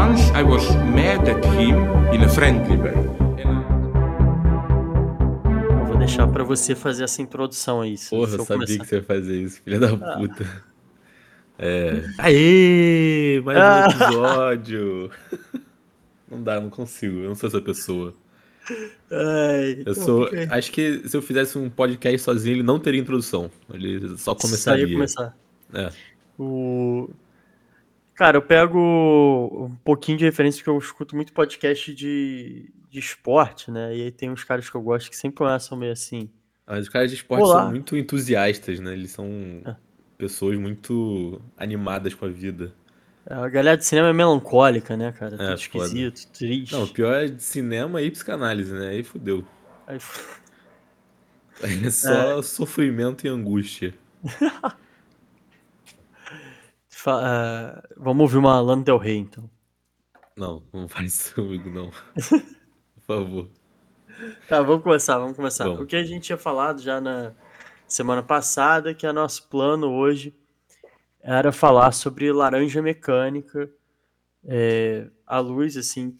once I was mad at him in a friendly way. Eu vou deixar pra você fazer essa introdução aí. Se Porra, eu eu sabia começar. que você ia fazer isso, filha da puta. Aê! Mais um episódio! Não dá, não consigo. Eu não sou essa pessoa. Ai, Eu então sou. fica. Acho que se eu fizesse um podcast sozinho, ele não teria introdução. Ele só Só ia começaria. começar. É. Cara, eu pego um pouquinho de referência porque eu escuto muito podcast de esporte, né? E aí tem uns caras que eu gosto que sempre começam meio assim. Mas os caras de esporte são Olá! muito entusiastas, né? Eles são É, pessoas muito animadas com a vida. a galera de cinema é melancólica, né, cara? É, Tudo foda. esquisito, Não, o triste. pior é de cinema e psicanálise, né? Aí fudeu. Aí, Aí é é, só sofrimento e angústia. vamos ouvir uma Lana Del Rey, então. Não, não faz isso comigo, não. Por favor. Tá, vamos começar, vamos começar. O Vamos. que a gente tinha falado já na semana passada, que é nosso plano hoje era falar sobre Laranja Mecânica, a luz, assim.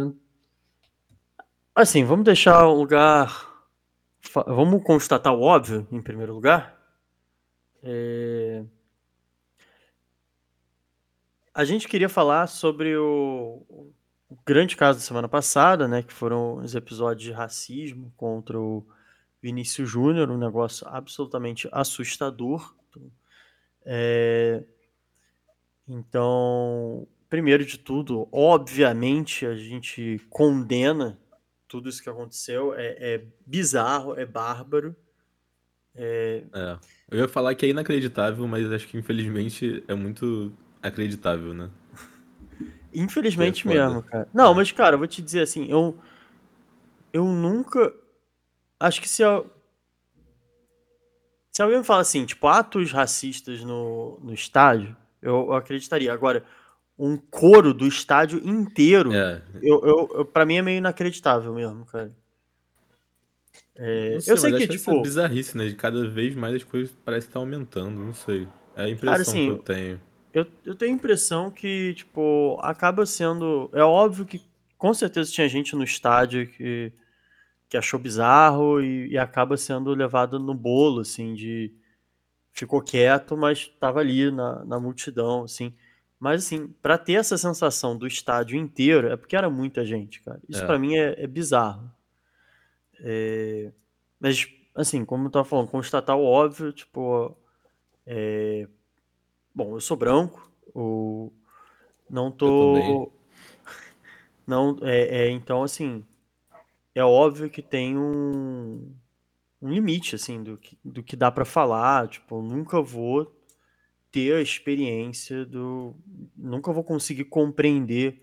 Assim, vamos deixar um lugar. Vamos constatar o óbvio, em primeiro lugar. A gente queria falar sobre o grande caso da semana passada, né? Que foram os episódios de racismo contra o Vinícius Júnior, um negócio absolutamente assustador. Então, primeiro de tudo, obviamente a gente condena tudo isso que aconteceu. É bizarro, é bárbaro. É. Eu ia falar que é inacreditável, mas acho que infelizmente é muito acreditável, né? Que é Infelizmente foda. mesmo, cara. Não, mas, cara, eu vou te dizer assim, eu nunca. Acho que se alguém me fala assim, tipo, atos racistas no estádio, eu acreditaria. Agora, um coro do estádio inteiro, É, pra mim é meio inacreditável mesmo, cara. não Eu sei, sei mas que, acho essa tipo, bizarrice, né? De cada vez mais as coisas parecem estar aumentando, não sei. É a cara, impressão que eu assim, tenho. eu tenho a impressão que, tipo, acaba sendo. É óbvio que com certeza tinha gente no estádio que achou bizarro e acaba sendo levado no bolo, assim, de. Ficou quieto, mas estava ali na multidão, assim. Mas, assim, pra ter essa sensação do estádio inteiro, é porque era muita gente, cara. Isso É, pra mim é bizarro. Mas, assim, como eu tava falando, constatar o óbvio, tipo. Bom, eu sou branco, não eu também. tô. Não, então, assim, é óbvio que tem um limite, assim, do que dá pra falar. Tipo, eu nunca vou ter a experiência Nunca vou conseguir compreender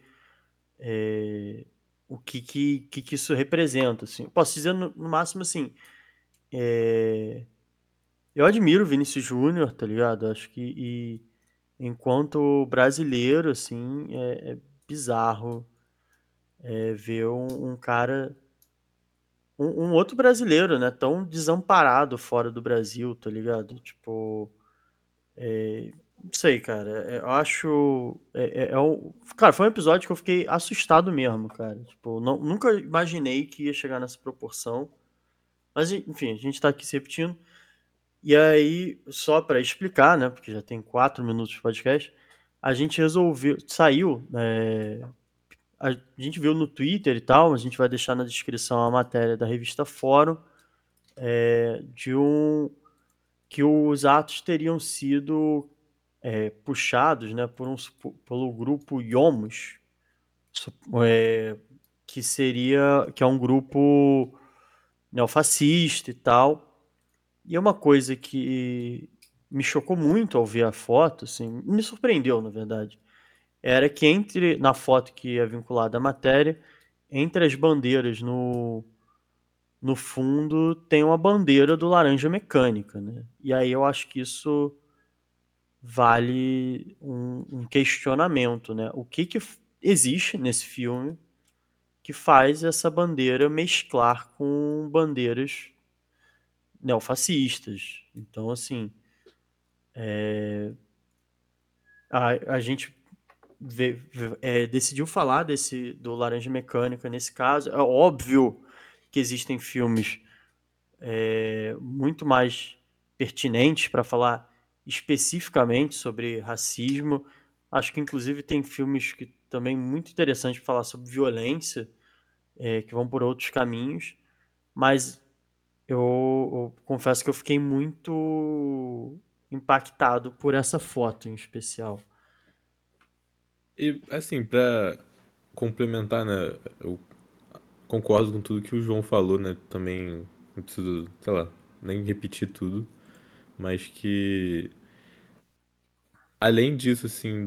o que isso representa, assim. Eu posso dizer, no máximo, assim, eu admiro o Vinícius Júnior, tá ligado? Acho que, enquanto brasileiro, assim, é bizarro ver um cara um outro brasileiro, né, tão desamparado fora do Brasil, tá ligado? Tipo, não sei, cara. Eu acho. Cara, foi um episódio que eu fiquei assustado mesmo, cara. Tipo, nunca imaginei que ia chegar nessa proporção. Mas, enfim, a gente tá aqui se repetindo. E aí, só pra explicar, né, porque já tem 4 minutos de podcast, a gente resolveu. Saiu, a gente viu no Twitter e tal, a gente vai deixar na descrição a matéria da revista Fórum, de que os atos teriam sido puxados, né, pelo grupo IOMOS, su- é, que é um grupo neofascista e tal. E é uma coisa que me chocou muito ao ver a foto, assim, me surpreendeu, na verdade, era que na foto que é vinculada à matéria, entre as bandeiras no fundo tem uma bandeira do Laranja Mecânica, né? E aí eu acho que isso vale um questionamento, né? O que existe nesse filme que faz essa bandeira mesclar com bandeiras neofascistas? Então, assim, a gente decidiu falar do Laranja Mecânica nesse caso. É óbvio que existem filmes muito mais pertinentes para falar especificamente sobre racismo. Acho que, inclusive, tem filmes que também muito interessantes para falar sobre violência, que vão por outros caminhos, mas eu confesso que eu fiquei muito impactado por essa foto em especial. E, assim, pra complementar, né? Eu concordo com tudo que o João falou, né? Também não preciso, sei lá, nem repetir tudo. Mas que, além disso, assim,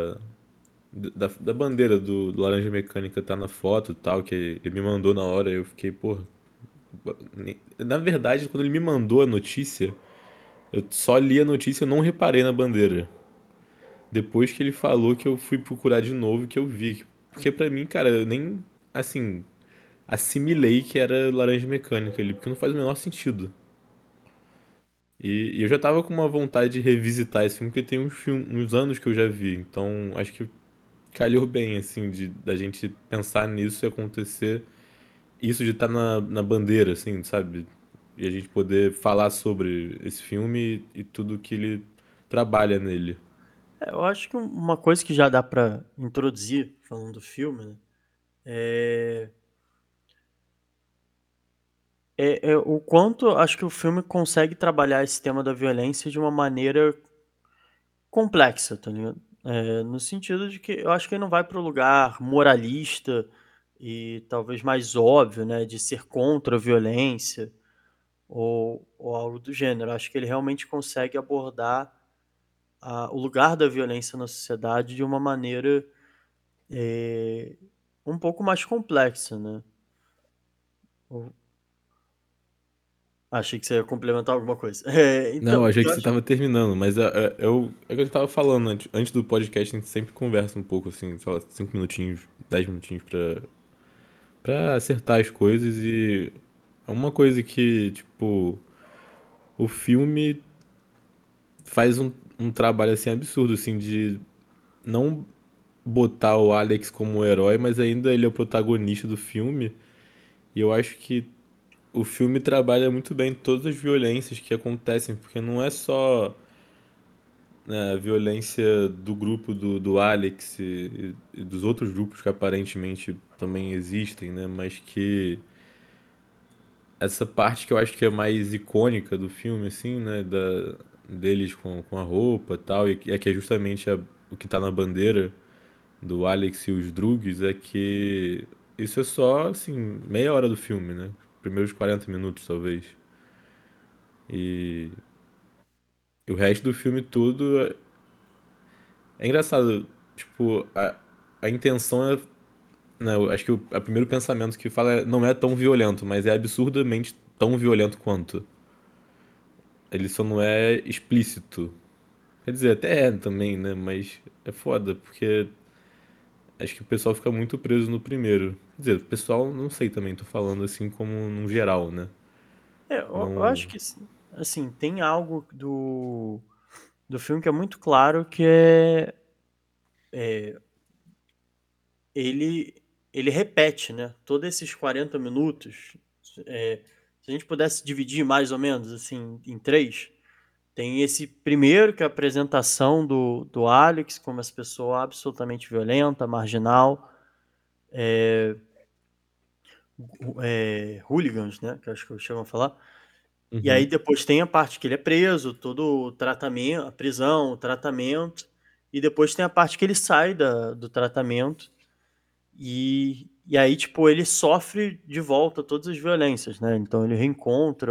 da bandeira do Laranja Mecânica tá na foto e tal, que ele me mandou na hora, eu fiquei, pô. Na verdade, quando ele me mandou a notícia, eu só li a notícia e não reparei na bandeira. Depois que ele falou que eu fui procurar de novo que eu vi. Porque pra mim, cara, eu nem, assim, assimilei que era Laranja Mecânica ali, porque não faz o menor sentido. E eu já tava com uma vontade de revisitar esse filme, porque tem uns anos que eu já vi. Então, acho que calhou bem, assim, da gente pensar nisso e acontecer. Isso de estar na bandeira, assim, sabe? E a gente poder falar sobre esse filme e tudo que ele trabalha nele. Eu acho que uma coisa que já dá para introduzir, falando do filme, né, é, é o quanto acho que o filme consegue trabalhar esse tema da violência de uma maneira complexa, tá ligado? No sentido de que eu acho que ele não vai para o lugar moralista e talvez mais óbvio, né, de ser contra a violência ou algo do gênero. Acho que ele realmente consegue abordar o lugar da violência na sociedade de uma maneira eh, um pouco mais complexa, né? Eu achei que você ia complementar alguma coisa. Não, eu Então, achei que eu você acho. tava terminando, mas é o que eu tava falando antes do podcast, a gente sempre conversa um pouco, assim, sei lá, 5 minutinhos, 10 minutinhos pra acertar as coisas e é uma coisa que, tipo, o filme faz um trabalho, assim, absurdo, assim, de não botar o Alex como herói, mas ainda ele é o protagonista do filme e eu acho que o filme trabalha muito bem todas as violências que acontecem, porque não é só, né, a violência do grupo do Alex e dos outros grupos que aparentemente também existem, né? Mas que essa parte que eu acho que é mais icônica do filme, assim, né? Deles com a roupa e tal, e que é justamente o que tá na bandeira do Alex e os Drugs, é que isso é só, assim, meia hora do filme, né? Primeiros 40 minutos, talvez. E o resto do filme todo é engraçado. Tipo, a intenção é. Né, eu acho que o primeiro pensamento que fala não é tão violento, mas é absurdamente tão violento quanto. Ele só não é explícito. Quer dizer, até é também, né? Mas é foda, porque acho que o pessoal fica muito preso no primeiro. Quer dizer, o pessoal, não sei também, tô falando assim como num geral, né? Eu Não. acho que, assim, tem algo do filme que é muito claro que é ele, ele repete, né? Todos esses 40 minutos. Se a gente pudesse dividir mais ou menos assim em três, tem esse primeiro, que é a apresentação do Alex como essa pessoa absolutamente violenta, marginal, hooligans, né? Que eu acho que eu chamo a falar. E aí Uhum. depois tem a parte que ele é preso, todo o tratamento, a prisão, o tratamento, e depois tem a parte que ele sai do tratamento e aí, tipo, ele sofre de volta todas as violências, né? Então ele reencontra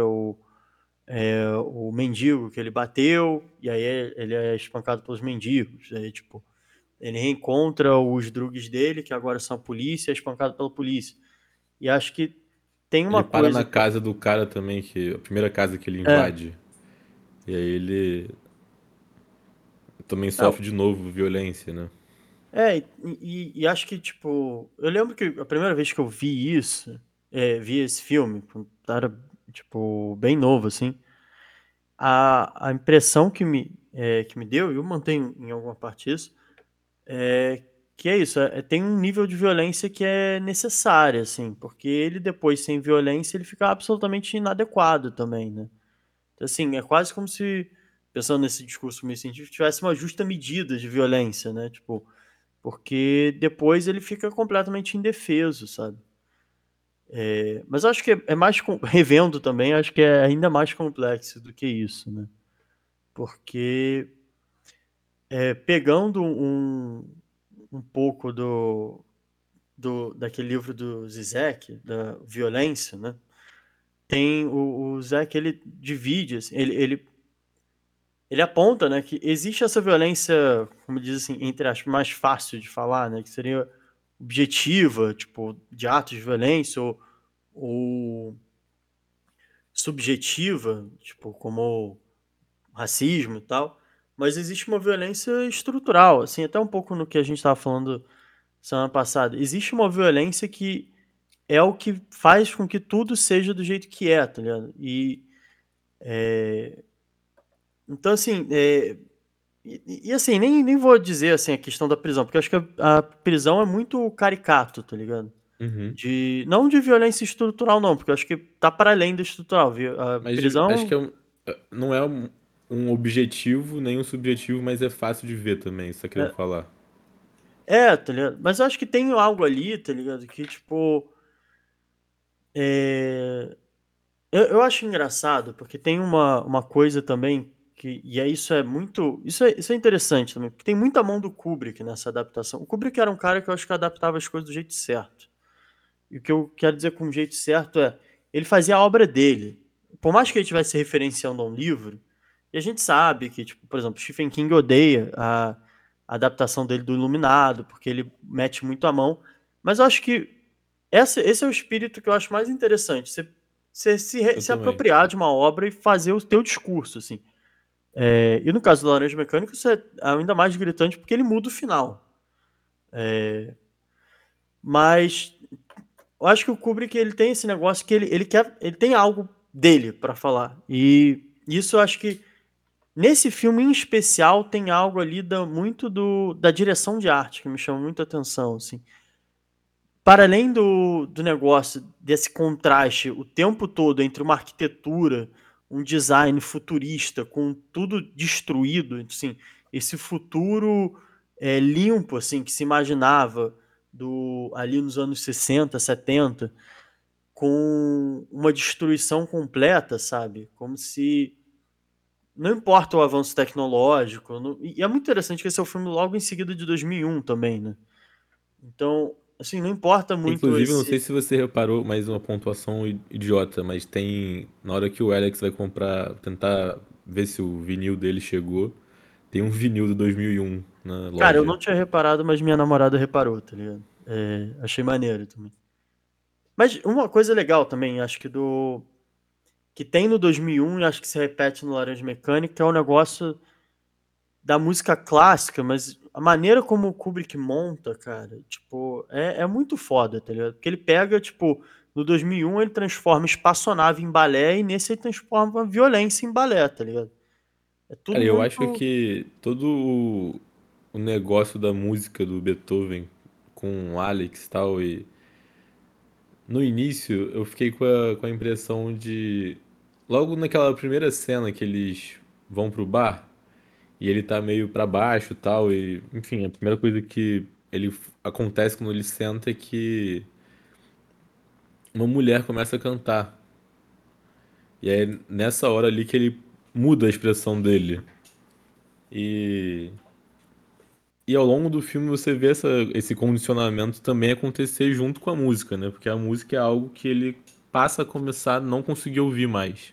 o mendigo que ele bateu, e aí ele é espancado pelos mendigos. Aí, tipo, ele reencontra os drugs dele, que agora são a polícia, é espancado pela polícia. E acho que tem Ele uma para coisa na que. casa do cara também, que a primeira casa que ele É, invade. E aí ele também não, sofre de novo violência, né? e acho que, tipo, eu lembro que a primeira vez que eu vi isso, vi esse filme, quando eu era, tipo, bem novo, assim, a impressão que me deu, e eu mantenho em alguma parte isso, É, que é isso, tem um nível de violência que é necessário, assim, porque ele depois, sem violência, ele fica absolutamente inadequado também, né? Então, assim, é quase como se, pensando nesse discurso meio científico, tivesse uma justa medida de violência, né? Tipo, porque depois ele fica completamente indefeso, sabe? Mas eu acho que é mais, revendo também, acho que é ainda mais complexo do que isso, né? Porque pegando um pouco daquele livro do Zizek, da violência, né? Tem o Zizek, ele divide, assim, ele aponta, né, que existe essa violência, como diz assim, entre aspas, mais fácil de falar, né, que seria objetiva, tipo, de atos de violência, ou subjetiva, tipo, como racismo e tal, mas existe uma violência estrutural, assim, até um pouco no que a gente estava falando semana passada. Existe uma violência que é o que faz com que tudo seja do jeito que é, tá ligado? Então, assim, assim, nem vou dizer assim a questão da prisão, porque eu acho que a prisão é muito caricato, tá ligado? Uhum. Não de violência estrutural, não, porque eu acho que tá para além da estrutural. A Mas acho que prisão não é um objetivo nem um subjetivo, mas é fácil de ver também, isso tá querendo é, falar. tá ligado? Mas eu acho que tem algo ali, tá ligado? Que, tipo, é, eu acho engraçado, porque tem uma coisa também e é isso é muito, isso é interessante também, porque tem muita mão do Kubrick nessa adaptação. O Kubrick era um cara que eu acho que adaptava as coisas do jeito certo. E o que eu quero dizer com o jeito certo ele fazia a obra dele. Por mais que ele estivesse referenciando a um livro, e a gente sabe que, tipo, por exemplo, Stephen King odeia a adaptação dele do Iluminado, porque ele mete muito a mão. Mas eu acho que esse é o espírito que eu acho mais interessante. Você Eu se também. apropriar de uma obra e fazer o teu discurso, assim. E no caso do Laranja Mecânica, isso é ainda mais gritante porque ele muda o final. Mas eu acho que o Kubrick ele tem esse negócio que ele tem algo dele para falar. E isso eu acho que nesse filme em especial tem algo ali muito da direção de arte que me chama muita atenção, assim. Para além do negócio desse contraste o tempo todo entre uma arquitetura, um design futurista com tudo destruído, assim, esse futuro limpo assim que se imaginava ali nos anos 60, 70, com uma destruição completa, sabe? Como se não importa o avanço tecnológico. E é muito interessante que esse é o filme logo em seguida de 2001 também, né? Então, assim, não importa muito Inclusive, eu não esse. sei se você reparou, mais uma pontuação idiota, mas tem. Na hora que o Alex vai comprar, tentar ver se o vinil dele chegou, tem um vinil de 2001 na Cara, eu loja. não tinha reparado, mas minha namorada reparou, tá ligado? Achei maneiro também. Mas uma coisa legal também, acho que que tem no 2001 e acho que se repete no Laranja Mecânica, é o negócio da música clássica, mas a maneira como o Kubrick monta, cara, tipo, é muito foda, tá ligado? Porque ele pega, tipo, no 2001 ele transforma espaçonave em balé e nesse ele transforma violência em balé, tá ligado? É tudo Cara, eu acho muito. que todo o negócio da música do Beethoven com o Alex e tal, e no início eu fiquei com a impressão de. Logo naquela primeira cena que eles vão pro bar e ele tá meio pra baixo e tal, e enfim, a primeira coisa que acontece quando ele senta é que uma mulher começa a cantar. E é nessa hora ali que ele muda a expressão dele. E, e ao longo do filme você vê esse condicionamento também acontecer junto com a música, né? Porque a música é algo que ele passa a começar a não conseguir ouvir mais.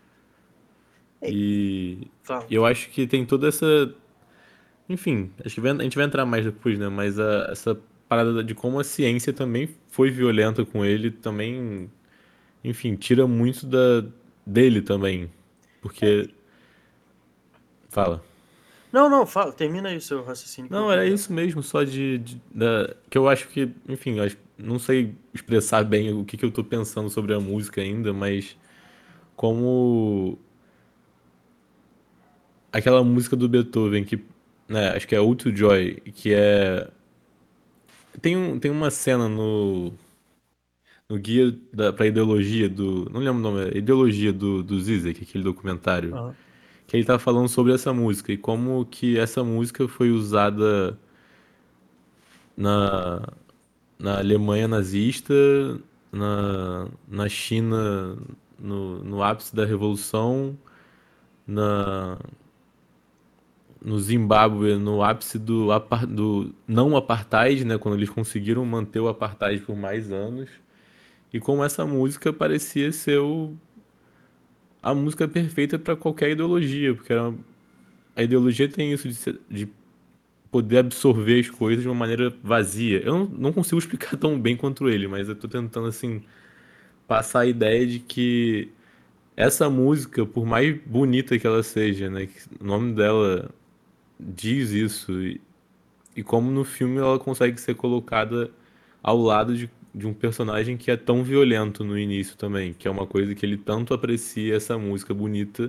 É, E fala. eu acho que tem toda essa. Enfim, acho que a gente vai entrar mais depois, né? Mas essa parada de como a ciência também foi violenta com ele, também, enfim, tira muito dele também. Porque. Fala. Não, não, fala, termina aí o seu raciocínio que eu Não, era completo. isso mesmo, só que eu acho que, enfim, não sei expressar bem o que eu tô pensando sobre a música ainda, mas como aquela música do Beethoven que né, acho que é Out Joy, que é. Tem uma cena no guia pra ideologia do. Não lembro o nome, é Ideologia do Zizek, aquele documentário. Aham. Que ele tá falando sobre essa música e como que essa música foi usada na, na Alemanha nazista, na China no ápice da Revolução, na, no Zimbábue no ápice do não apartheid, né, quando eles conseguiram manter o apartheid por mais anos, e como essa música parecia ser a música perfeita para qualquer ideologia, porque a ideologia tem isso de poder absorver as coisas de uma maneira vazia. Eu não consigo explicar tão bem quanto ele, mas eu tô tentando, assim, passar a ideia de que essa música, por mais bonita que ela seja, né, que o nome dela diz isso, e como no filme ela consegue ser colocada ao lado de um personagem que é tão violento no início também, que é uma coisa que ele tanto aprecia essa música bonita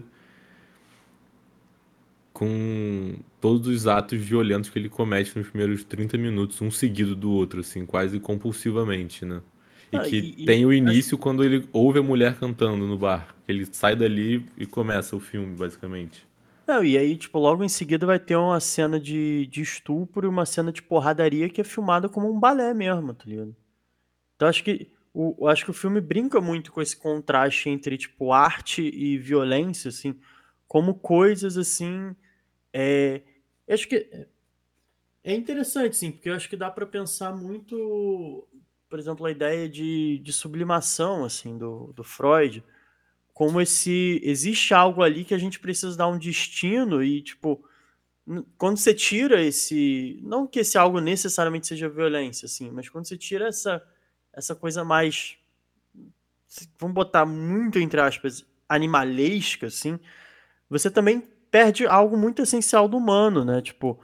com todos os atos violentos que ele comete nos primeiros 30 minutos, um seguido do outro, assim, quase compulsivamente, né? E Ah, que e tem o acho, início quando ele ouve a mulher cantando no bar. Ele sai dali e começa o filme, basicamente. não, e aí, tipo, logo em seguida vai ter uma cena de estupro e uma cena de porradaria que é filmada como um balé mesmo, tá ligado? Então acho que o filme brinca muito com esse contraste entre, tipo, arte e violência, assim, como coisas, assim, é... eu acho que é interessante, sim, porque eu acho que dá pra pensar muito, por exemplo, a ideia de sublimação, assim, do Freud, como esse existe algo ali que a gente precisa dar um destino e, tipo, quando você tira esse, não que esse algo necessariamente seja violência, assim, mas quando você tira essa coisa mais, vamos botar muito entre aspas, animalesca, assim, você também perde algo muito essencial do humano, né? Tipo,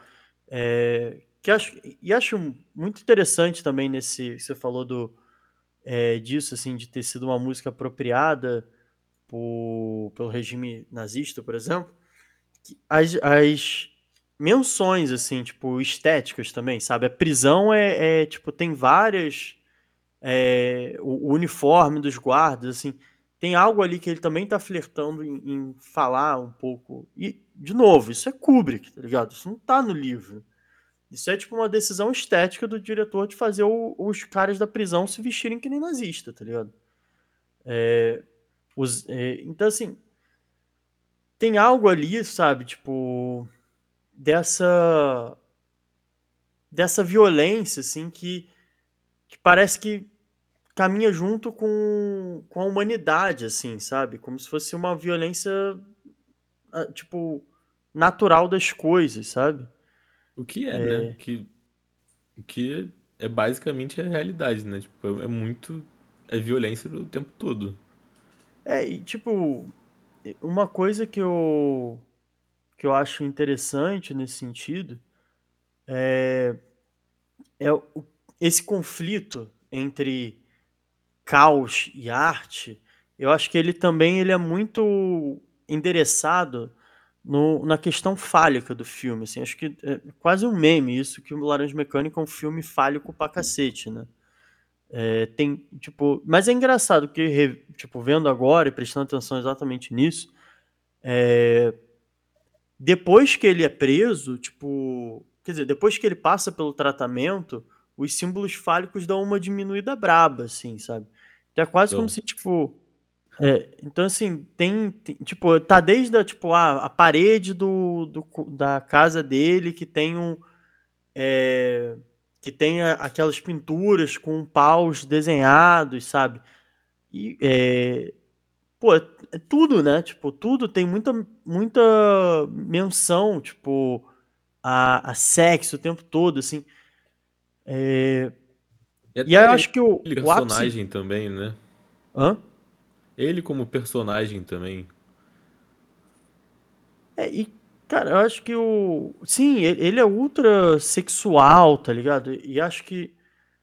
acho muito interessante também nesse, você falou disso, assim, de ter sido uma música apropriada pelo regime nazista, por exemplo, as menções, assim, tipo, estéticas também, sabe? A prisão tipo, tem várias. O uniforme dos guardas, assim. Tem algo ali que ele também tá flertando em falar um pouco. E, de novo, isso é Kubrick, tá ligado? Isso não tá no livro. Isso é tipo uma decisão estética do diretor de fazer os caras da prisão se vestirem que nem nazista, tá ligado? Então, assim, tem algo ali, sabe? Tipo, dessa dessa violência, assim, que parece que caminha junto com a humanidade, assim, sabe? Como se fosse uma violência, tipo, natural das coisas, sabe? O que é, né? O que é basicamente a realidade, né? Tipo, é muito. É violência o tempo todo. E tipo, uma coisa que eu acho interessante nesse sentido é esse conflito entre caos e arte. Eu acho que ele é muito endereçado na questão fálica do filme. Assim, acho que é quase um meme isso, que o Laranja Mecânica é um filme fálico pra cacete, né? Tem, tipo, mas é engraçado que, tipo, vendo agora e prestando atenção exatamente nisso, depois que ele é preso, tipo, quer dizer, depois que ele passa pelo tratamento, os símbolos fálicos dão uma diminuída braba, assim, sabe? Então é quase como Então, se, tipo, então assim, tipo, tá desde tipo, a parede da casa dele que tem que tem aquelas pinturas com paus desenhados, sabe? E, pô, é tudo, né? Tipo, tudo tem muita menção, tipo, a sexo o tempo todo, assim. e E aí eu até ele, acho que o ápice. personagem também, né? Hã? Ele como personagem também. E, cara, eu acho que o. Sim, ele é ultra sexual, tá ligado? E acho que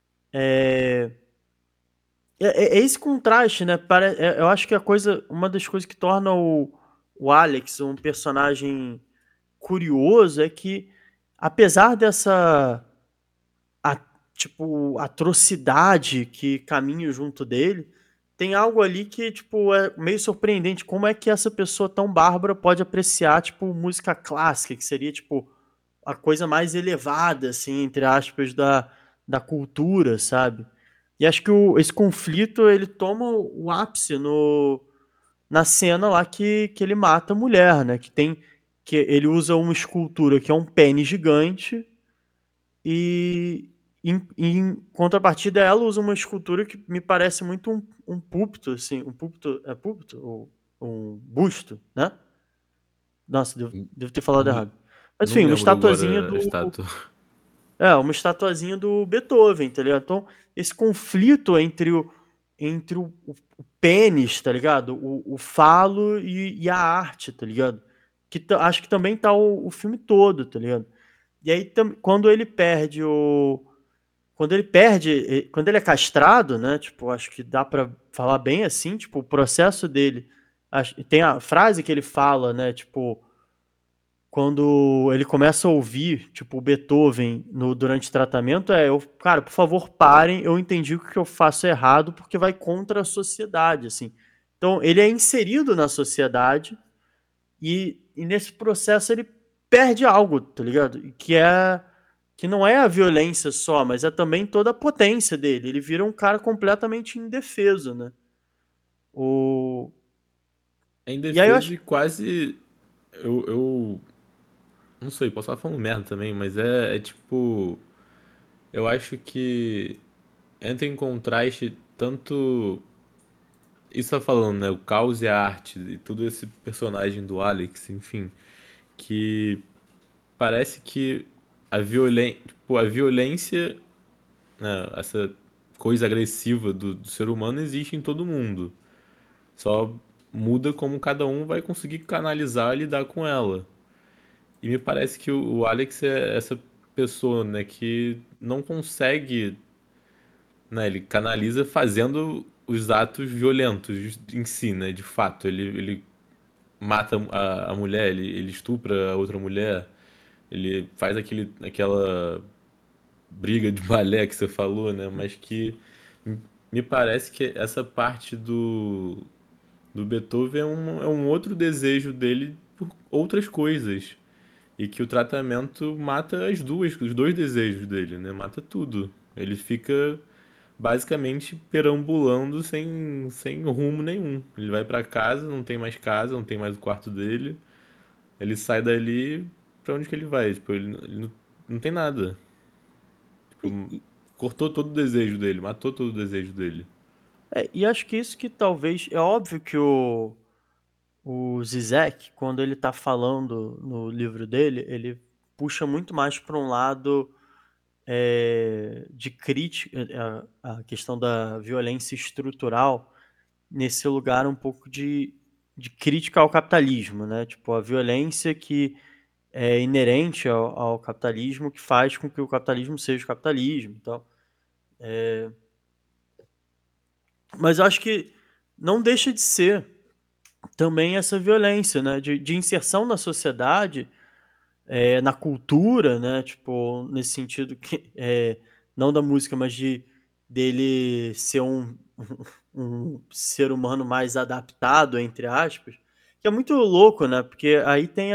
é esse contraste, né? Eu acho que uma das coisas que torna o Alex um personagem curioso é que apesar dessa a- tipo, atrocidade que caminha junto dele, tem algo ali que, tipo, é meio surpreendente. Como é que essa pessoa tão bárbara pode apreciar, tipo, música clássica, que seria, tipo, a coisa mais elevada, assim, entre aspas, da cultura, sabe? E acho que esse conflito, ele toma o ápice na cena lá que ele mata a mulher, né? Que ele usa uma escultura que é um pênis gigante e em contrapartida, ela usa uma escultura que me parece muito um púlpito, assim, um púlpito, é púlpito? Ou um busto, né? Nossa, devo ter falado Não, errado. Mas não enfim, uma lembro estatuazinha agora a do. estátua. Uma estatuazinha do Beethoven, tá ligado? Então, esse conflito entre o pênis, tá ligado? O falo e a arte, tá ligado? Acho que também tá o filme todo, tá ligado? E aí, quando ele perde o. Quando ele é castrado, né? Tipo, acho que dá pra falar bem assim, tipo, o processo dele. Tem a frase que ele fala, né? Tipo, quando ele começa a ouvir, tipo, o Beethoven durante o tratamento, cara, por favor, parem, eu entendi o que eu faço errado, porque vai contra a sociedade, assim. Então, ele é inserido na sociedade e nesse processo ele perde algo, tá ligado? Que não é a violência só, mas é também toda a potência dele. Ele vira um cara completamente indefeso, né? O... É E aí eu indefeso acho. e quase. Eu não sei, posso estar falando merda também, mas é tipo. Eu acho que entra em contraste tanto. Isso tá falando, né? O caos e a arte, e todo esse personagem do Alex, enfim, que parece que a violência, né, essa coisa agressiva do ser humano existe em todo mundo. Só muda como cada um vai conseguir canalizar e lidar com ela. E me parece que o Alex é essa pessoa, né, que não consegue, né, ele canaliza fazendo os atos violentos em si, né, de fato. Ele mata a mulher, ele estupra a outra mulher, ele faz aquela briga de balé que você falou, né, mas que me parece que essa parte do Beethoven é um outro desejo dele por outras coisas. E que o tratamento mata os dois desejos dele, né? Mata tudo. Ele fica basicamente perambulando sem rumo nenhum. Ele vai pra casa, não tem mais o quarto dele. Ele sai dali, pra onde que ele vai? Tipo, ele não tem nada. E, Tipo, e- cortou todo o desejo dele, matou todo o desejo dele. e acho que isso que talvez. É óbvio que o Zizek, quando ele tá falando no livro dele, ele puxa muito mais para um lado de crítica, a questão da violência estrutural, nesse lugar um pouco de crítica ao capitalismo, né? Tipo, a violência que é inerente ao capitalismo, que faz com que o capitalismo seja o capitalismo e tal. Mas eu acho que não deixa de ser também essa violência, né? De inserção na sociedade, na cultura, né? Tipo, nesse sentido que não da música, mas dele ser um ser humano mais adaptado, entre aspas, que é muito louco, né? Porque aí tem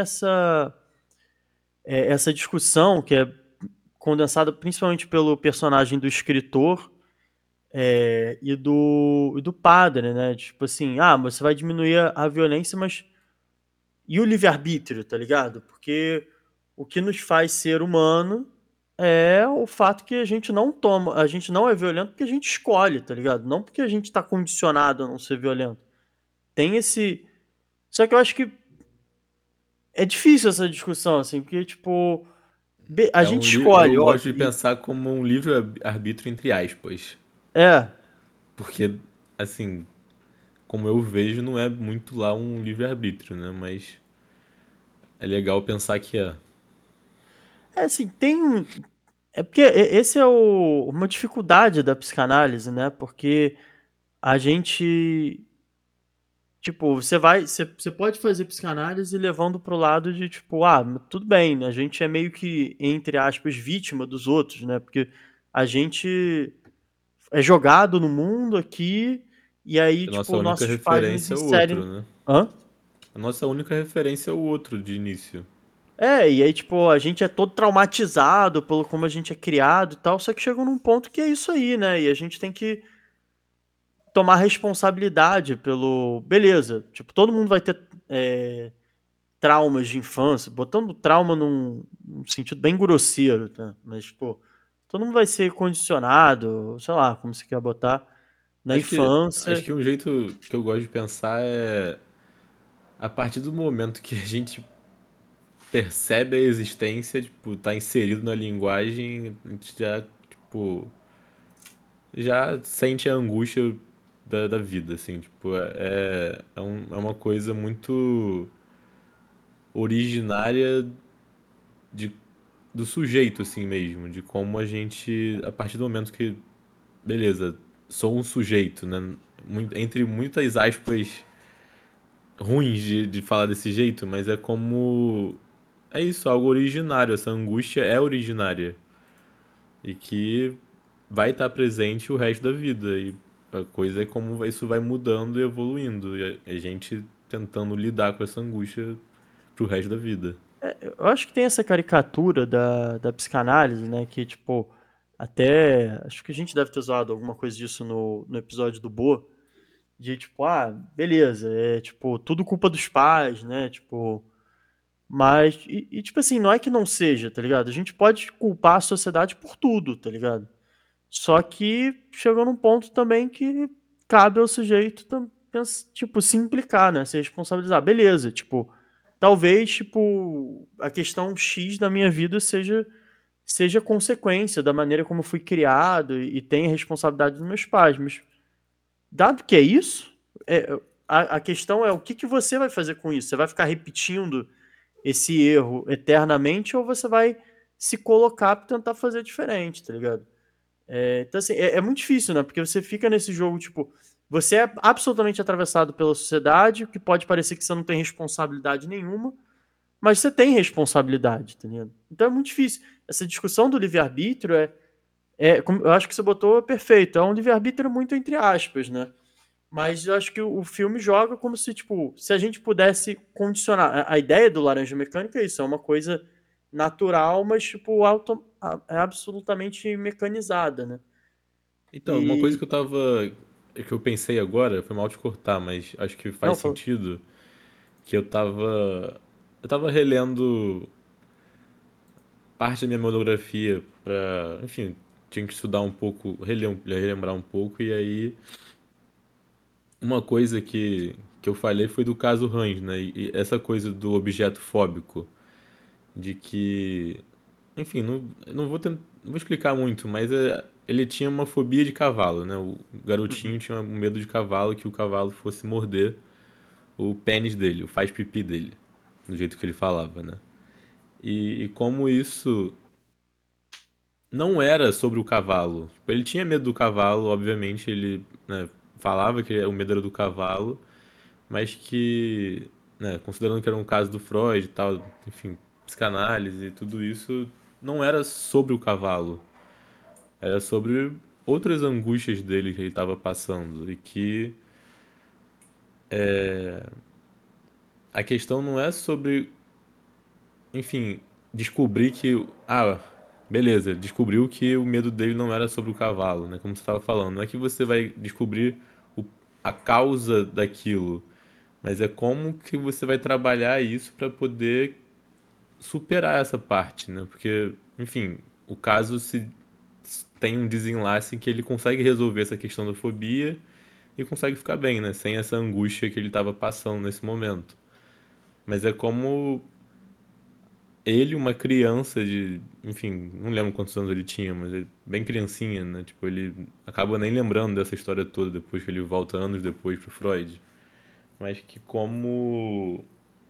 essa discussão que é condensada principalmente pelo personagem do escritor e do padre, né? Tipo assim, mas você vai diminuir a violência, mas e o livre-arbítrio, tá ligado? Porque o que nos faz ser humano é o fato que a gente não toma, a gente não é violento porque a gente escolhe, tá ligado? Não porque a gente tá condicionado a não ser violento. Tem esse. Só que eu acho que é difícil essa discussão, assim, porque, tipo, a É gente um livro, eu escolhe, gosto de óbvio. pensar como um livre-arbítrio entre aspas. É, Porque, assim, como eu vejo, não é muito lá um livre-arbítrio, né? Mas é legal pensar que é. assim, tem. É porque esse é uma dificuldade da psicanálise, né? Porque a gente tipo, você pode fazer psicanálise levando pro lado de, tipo, tudo bem, né? A gente é meio que, entre aspas, vítima dos outros, né? Porque a gente é jogado no mundo aqui, e aí, A nossa tipo, única nossos pais nos referência é o outro, inserem. né? Hã? A nossa única referência é o outro de início. E aí, tipo, a gente é todo traumatizado pelo como a gente é criado e tal, só que chegou num ponto que é isso aí, né? E a gente tem que tomar responsabilidade pelo. Beleza, tipo, todo mundo vai ter traumas de infância, botando trauma num sentido bem grosseiro, tá? Mas, tipo, todo mundo vai ser condicionado, sei lá, como você quer botar, na Acho infância. que um jeito que eu gosto de pensar é a partir do momento que a gente percebe a existência, tipo, tá inserido na linguagem, a gente já, tipo, já sente a angústia da vida, assim, tipo, é uma coisa muito originária de, do sujeito, assim mesmo, de como a gente, a partir do momento que, beleza, sou um sujeito, né, entre muitas aspas ruins de falar desse jeito, mas é como, é isso, algo originário, essa angústia é originária e que vai estar presente o resto da vida. E a coisa é como isso vai mudando e evoluindo. E a gente tentando lidar com essa angústia pro resto da vida. Eu acho que tem essa caricatura da psicanálise, né? Que, tipo, até. Acho que a gente deve ter usado alguma coisa disso no episódio do Bo. De tipo, beleza, é tipo, tudo culpa dos pais, né? Tipo. Mas. Tipo assim, não é que não seja, tá ligado? A gente pode culpar a sociedade por tudo, tá ligado? Só que chegou num ponto também que cabe ao sujeito, tipo, se implicar, né? Se responsabilizar. Beleza, tipo, talvez, tipo, a questão X da minha vida seja consequência da maneira como eu fui criado e tenha responsabilidade dos meus pais. Mas, dado que é isso, é, a questão é o que você vai fazer com isso? Você vai ficar repetindo esse erro eternamente ou você vai se colocar para tentar fazer diferente, tá ligado? Então, assim, é muito difícil, né? Porque você fica nesse jogo, tipo, você é absolutamente atravessado pela sociedade, o que pode parecer que você não tem responsabilidade nenhuma, mas você tem responsabilidade, tá ligado? Então é muito difícil. Essa discussão do livre-arbítrio eu acho que você botou perfeito, é um livre-arbítrio muito entre aspas, né? Mas eu acho que o filme joga como se, tipo, se a gente pudesse condicionar. A ideia do Laranja Mecânica é isso, é uma coisa natural, mas, tipo, é absolutamente mecanizada, né? Então, uma coisa E. que eu tava. Que eu pensei agora, foi mal te cortar, mas acho que Não, faz sentido, que Eu tava relendo parte da minha monografia pra. Enfim, tinha que estudar um pouco, relembrar um pouco, e aí uma coisa que eu falei foi do caso Hans, né? E essa coisa do objeto fóbico, de que, enfim, não vou explicar muito, mas ele tinha uma fobia de cavalo, né? O garotinho uhum. tinha um medo de cavalo, que o cavalo fosse morder o pênis dele, o faz pipi dele, do jeito que ele falava, né? E como isso não era sobre o cavalo. Tipo, ele tinha medo do cavalo, obviamente, ele, né, falava que o medo era do cavalo, mas que, né, considerando que era um caso do Freud e tal, enfim, psicanálise e tudo isso, não era sobre o cavalo, era sobre outras angústias dele que ele estava passando e que a questão não é sobre, enfim, descobrir que, beleza, descobriu que o medo dele não era sobre o cavalo, né, como você estava falando, não é que você vai descobrir a causa daquilo, mas é como que você vai trabalhar isso para poder superar essa parte, né? Porque, enfim, o caso se tem um desenlace em que ele consegue resolver essa questão da fobia e consegue ficar bem, né? Sem essa angústia que ele estava passando nesse momento. Mas é como ele, uma criança de, enfim, não lembro quantos anos ele tinha, mas ele, bem criancinha, né? Tipo, ele acaba nem lembrando dessa história toda depois que ele volta anos depois pro Freud. Mas que como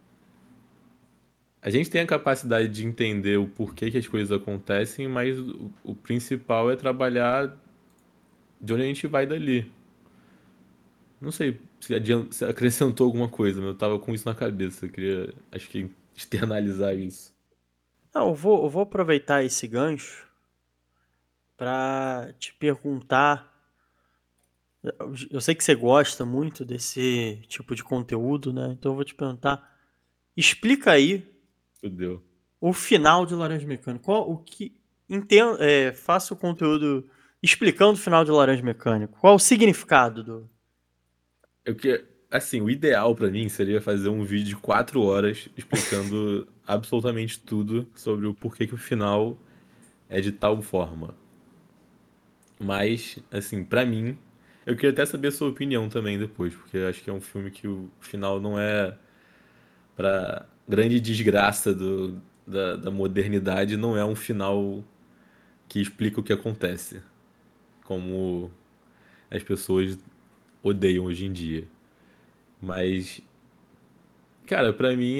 a gente tem a capacidade de entender o porquê que as coisas acontecem, mas o principal é trabalhar de onde a gente vai dali. Não sei se acrescentou alguma coisa, mas eu tava com isso na cabeça. Eu queria, acho que, externalizar isso. Não, eu vou aproveitar esse gancho para te perguntar. Eu sei que você gosta muito desse tipo de conteúdo, né? Então eu vou te perguntar. Explica aí Fudeu. o final de Laranja Mecânica. Qual, o que entenda, faça o conteúdo explicando o final de Laranja Mecânica. Qual o significado do. Eu que, assim, o ideal pra mim seria fazer um vídeo de 4 horas explicando absolutamente tudo sobre o porquê que o final é de tal forma. Mas, assim, pra mim, eu queria até saber a sua opinião também depois, porque eu acho que é um filme que o final não é pra grande desgraça da modernidade, não é um final que explica o que acontece, como as pessoas odeiam hoje em dia. Mas, cara, pra mim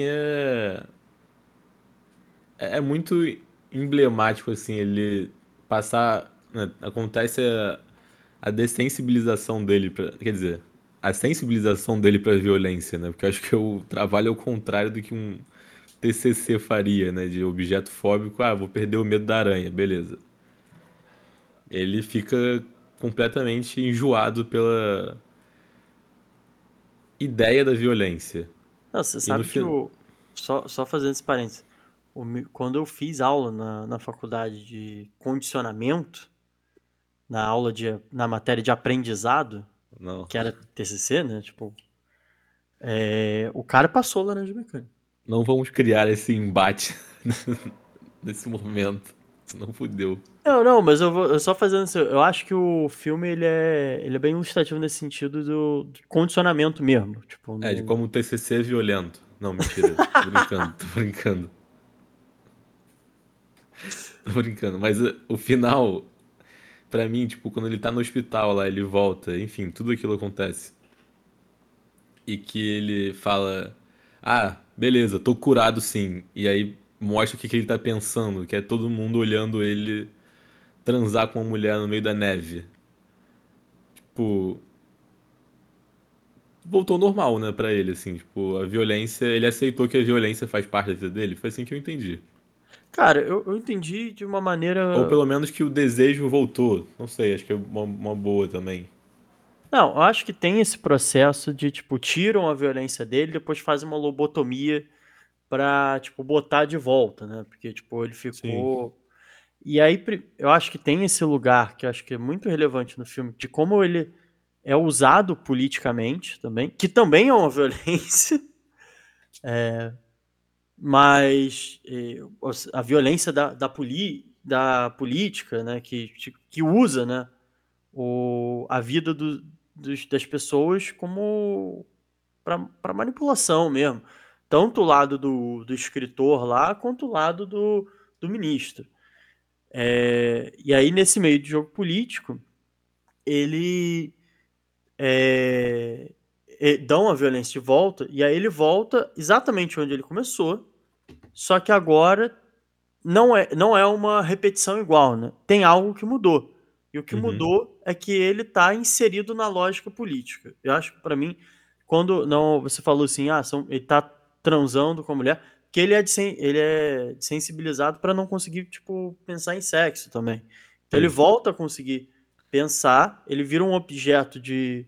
é muito emblemático assim ele passar, né, acontece a dessensibilização dele pra, quer dizer, a sensibilização dele pra violência, né? Porque eu acho que o trabalho é o contrário do que um TCC faria, né, de objeto fóbico, ah, vou perder o medo da aranha, beleza. Ele fica completamente enjoado pela ideia da violência. Não, você E no sabe que final, o. Só fazendo esse parênteses. Quando eu fiz aula na faculdade de condicionamento, na matéria de aprendizado, não, que era TCC, né? Tipo, o cara passou Laranja Mecânica. não vamos criar esse embate nesse momento, senão fudeu. Não, não, mas eu só fazendo isso. Eu acho que o filme ele é bem ilustrativo nesse sentido do condicionamento mesmo. Tipo, É, de no. como o TCC é violento. Não, mentira. Tô brincando, tô brincando. Tô brincando. Mas o final, pra mim, tipo, quando ele tá no hospital lá, ele volta, enfim, tudo aquilo acontece. E que ele fala: Ah, beleza, tô curado sim. E aí mostra o que ele tá pensando, que é todo mundo olhando ele transar com uma mulher no meio da neve. Tipo, voltou ao normal, né, pra ele, assim. Tipo, a violência, ele aceitou que a violência faz parte da vida dele. Foi assim que eu entendi. Cara, eu entendi de uma Ou maneira. pelo menos que o desejo voltou. Não sei, acho que é uma boa também. Não, eu acho que tem esse processo de, tipo, tiram a violência dele, depois fazem uma lobotomia pra, tipo, botar de volta, né? Porque, tipo, ele Sim. ficou. E aí, eu acho que tem esse lugar que eu acho que é muito relevante no filme, de como ele é usado politicamente também, que também é uma violência, mas a violência da política, né, que usa, né, a vida das pessoas como para manipulação mesmo. Tanto o lado do escritor lá, quanto o lado do ministro. E aí, nesse meio de jogo político, ele dão a violência de volta, e aí ele volta exatamente onde ele começou, só que agora não é uma repetição igual, né? Tem algo que mudou. E o que Uhum. mudou é que ele está inserido na lógica política. Eu acho que, para mim, quando não você falou assim, ele está transando com a mulher, que ele é sensibilizado para não conseguir, tipo, pensar em sexo também. Então ele Sim. volta a conseguir pensar, ele vira um objeto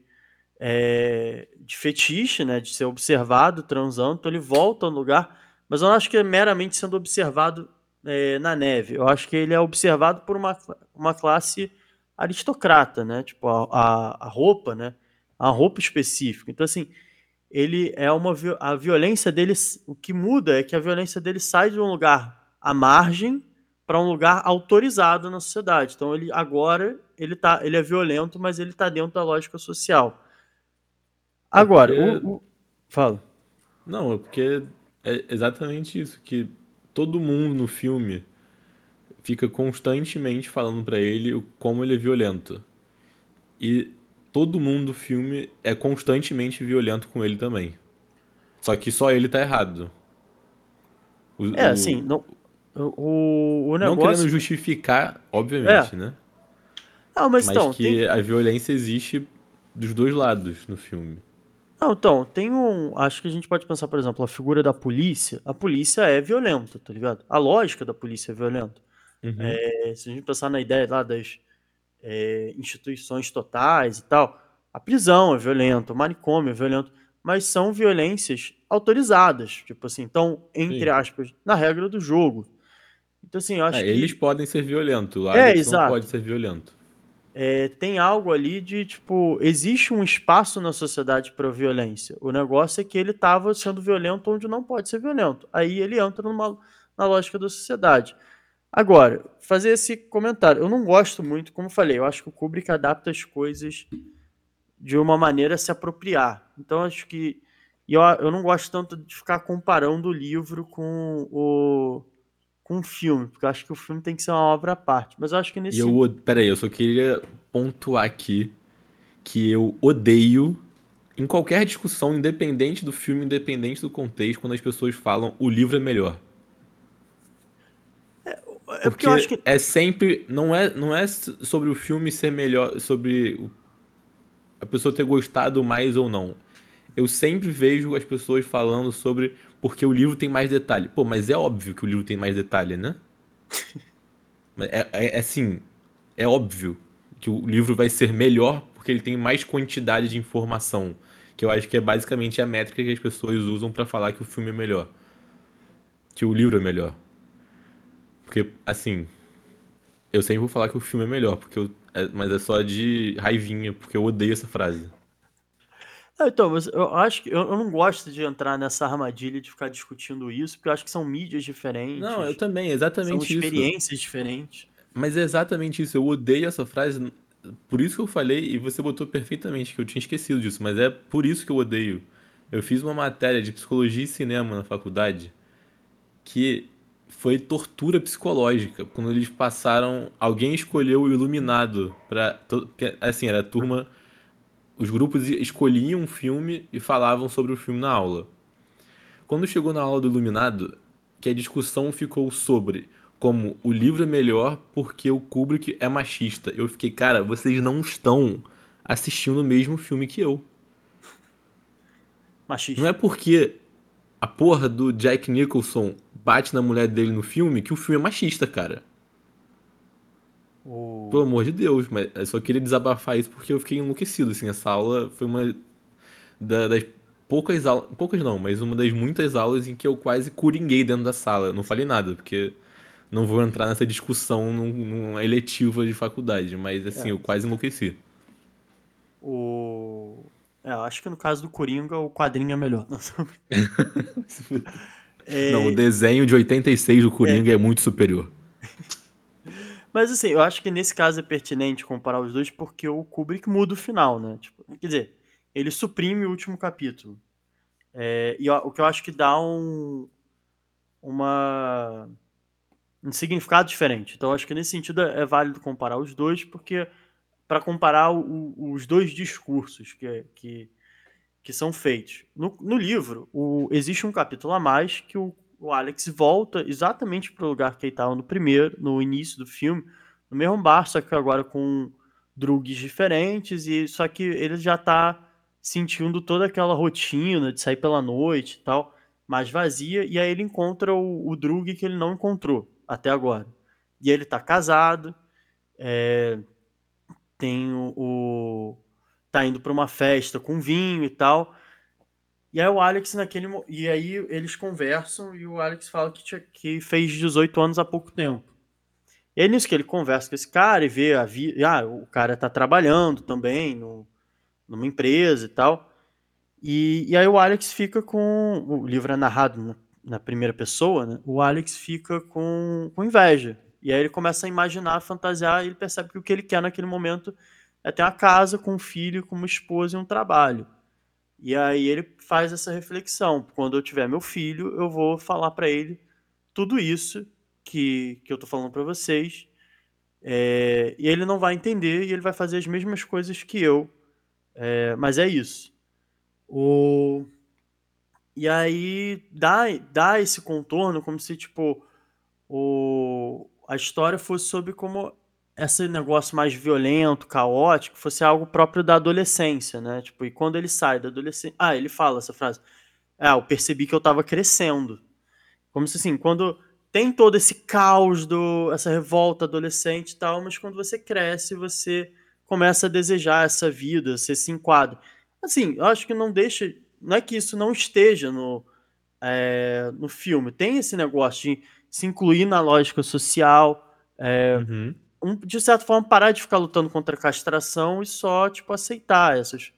de fetiche, né, de ser observado transando, então ele volta ao lugar, mas eu não acho que é meramente sendo observado na neve. Eu acho que ele é observado por uma classe aristocrata, né, tipo a roupa, né, a roupa específica. Então assim, ele é a violência dele, o que muda é que a violência dele sai de um lugar à margem para um lugar autorizado na sociedade. Então ele agora ele é violento, mas ele está dentro da lógica social. É Agora, porque. fala. Não, é porque é exatamente isso, que todo mundo no filme fica constantemente falando pra ele como ele é violento. E todo mundo do filme é constantemente violento com ele também. Só que só ele tá errado. O, Assim, o- não, o não querendo negócio. justificar, É. obviamente, né? Ah, mas Mas então, tem. que a violência existe dos dois lados no filme. Não, então, tem um. Acho que a gente pode pensar, por exemplo, a figura da polícia. A polícia é violenta, tá ligado? A lógica da polícia é violenta. Uhum. Se a gente pensar na ideia lá das instituições totais e tal, a prisão é violenta, o manicômio é violento, mas são violências autorizadas, tipo assim, então, entre Sim. aspas, na regra do jogo. Então, assim, eu É, acho eles que. podem ser violentos, o É, Alex não pode exato. ser violento. Tem algo ali de, tipo, existe um espaço na sociedade para violência. O negócio é que ele estava sendo violento onde não pode ser violento. Aí ele entra na lógica da sociedade. Agora, fazer esse comentário. Eu não gosto muito, como eu falei, eu acho que o Kubrick adapta as coisas de uma maneira a se apropriar. Então, acho que. E eu não gosto tanto de ficar comparando o livro com o filme, porque eu acho que o filme tem que ser uma obra à parte. Mas eu acho que E nesse. eu, peraí, eu só queria pontuar aqui que eu odeio, em qualquer discussão, independente do filme, independente do contexto, quando as pessoas falam o livro é melhor. É porque eu acho Porque que. é sempre, não é sobre o filme ser melhor, sobre a pessoa ter gostado mais ou não. Eu sempre vejo as pessoas falando sobre porque o livro tem mais detalhe. Pô, mas é óbvio que o livro tem mais detalhe, né? É assim, é óbvio que o livro vai ser melhor porque ele tem mais quantidade de informação. Que eu acho que é basicamente a métrica que as pessoas usam pra falar que o filme é melhor. Que o livro é melhor. Porque, assim, eu sempre vou falar que o filme é melhor, mas é só de raivinha, porque eu odeio essa frase. Então, mas eu acho que eu não gosto de entrar nessa armadilha de ficar discutindo isso, porque eu acho que são mídias Não, eu diferentes, também, é são exatamente isso. experiências diferentes. Mas é exatamente isso, eu odeio essa frase. Por isso que eu falei, e você botou perfeitamente, que eu tinha esquecido disso, mas é por isso que eu odeio. Eu fiz uma matéria de psicologia e cinema na faculdade que foi tortura psicológica, quando eles passaram, alguém escolheu o Iluminado assim, era a turma, os grupos escolhiam um filme e falavam sobre o filme na aula. Quando chegou na aula do Iluminado, que a discussão ficou sobre como o livro é melhor porque o Kubrick é machista. Eu fiquei, cara, vocês não estão assistindo o mesmo filme que eu. Não é Machista. porque a porra do Jack Nicholson bate na mulher dele no filme que o filme é machista, cara. Pelo O... amor de Deus, mas eu só queria desabafar isso porque eu fiquei enlouquecido, assim, essa aula foi uma das poucas aulas, poucas não, mas uma das muitas aulas em que eu quase coringuei dentro da sala. Eu não falei nada, porque não vou entrar nessa discussão numa eletiva de faculdade, mas assim, É, eu quase enlouqueci. eu acho que no caso do Coringa, o quadrinho é melhor. Não, o É, desenho de 86 do é, Coringa é muito superior. mas assim, eu acho que nesse caso é pertinente comparar os dois porque o Kubrick muda o final, né? Tipo, quer dizer, ele suprime o último capítulo. O que eu acho que dá uma um significado diferente. Então, acho que nesse sentido é válido comparar os dois, porque para comparar os dois discursos que são feitos. No livro, existe um capítulo a mais que o Alex volta exatamente para o lugar que ele estava no primeiro, no início do filme, no mesmo bar, só que agora com drugs diferentes, e só que ele já está sentindo toda aquela rotina de sair pela noite e tal, mais vazia, e aí ele encontra o drug que ele não encontrou até agora. E ele está casado, é, tem tá indo para uma festa com vinho e tal. E aí o Alex e aí eles conversam e o Alex fala que fez 18 anos há pouco tempo. E aí nisso que ele conversa com esse cara e vê a vida, o cara tá trabalhando também numa empresa e tal. E aí o Alex fica com, o livro é narrado na primeira pessoa, né? O Alex fica com inveja. E aí ele começa a imaginar, a fantasiar, e ele percebe que o que ele quer naquele momento é ter uma casa com um filho, com uma esposa e um trabalho. E aí ele faz essa reflexão. Quando eu tiver meu filho, eu vou falar para ele tudo isso que eu tô falando para vocês. E ele não vai entender e ele vai fazer as mesmas coisas que eu. Mas é isso. O... E aí dá esse contorno como se, tipo, a história fosse sobre como esse negócio mais violento, caótico, fosse algo próprio da adolescência, né? Tipo, e quando ele sai da adolescência. Ah, ele fala essa frase. Ah, eu percebi que eu tava crescendo. Como se assim, quando tem todo esse caos essa revolta adolescente e tal, mas quando você cresce, você começa a desejar essa vida, você se enquadra. Assim, eu acho que não deixa. Não é que isso não esteja no filme. Tem esse negócio de se incluir na lógica social, Uhum. de certa forma, parar de ficar lutando contra a castração e só, tipo, aceitar essas.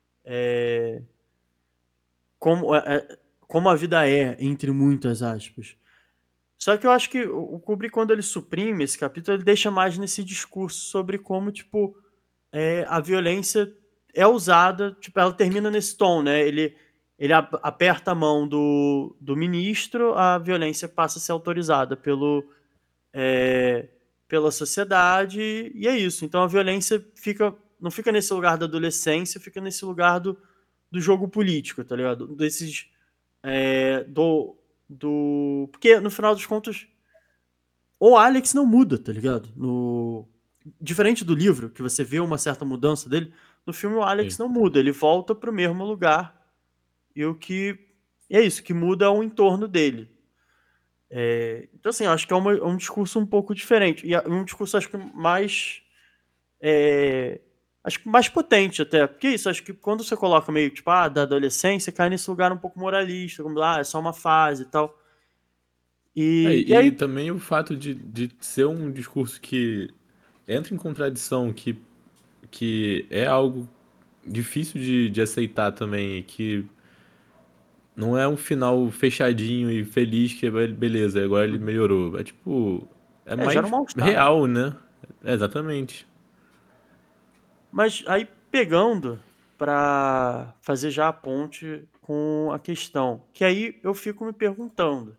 Como, como a vida é, entre muitas aspas. Só que eu acho que o Kubrick, quando ele suprime esse capítulo, ele deixa mais nesse discurso sobre como, tipo, a violência é usada, tipo, ela termina nesse tom, né? Ele aperta a mão do ministro, a violência passa a ser autorizada é, pela sociedade, e é isso. Então a violência não fica nesse lugar da adolescência, fica nesse lugar do jogo político, tá ligado? Desses. É, porque no final dos contos, o Alex não muda, tá ligado? Diferente do livro, que você vê uma certa mudança dele, no filme o Alex Sim. não muda, ele volta pro mesmo lugar. E o que. E é isso, que muda é o entorno dele. Então, assim, eu acho que é um discurso um pouco diferente. E é um discurso, acho que mais. é, Acho que mais potente até. Porque é isso, acho que quando você coloca meio, tipo, da adolescência, cai nesse lugar um pouco moralista, como, é só uma fase e tal. E E aí. também o fato de ser um discurso que entra em contradição, que é algo difícil de aceitar também, e que não é um final fechadinho e feliz que beleza, agora ele melhorou. É tipo, é Gera um mais mal-estar. real, né? É, exatamente. Mas aí, pegando para fazer já a ponte com a questão, que aí eu fico me perguntando,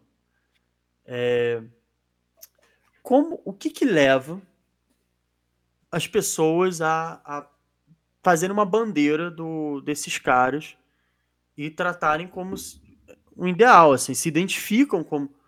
o que leva as pessoas a fazerem uma bandeira desses caras e tratarem como um ideal, assim, se identificam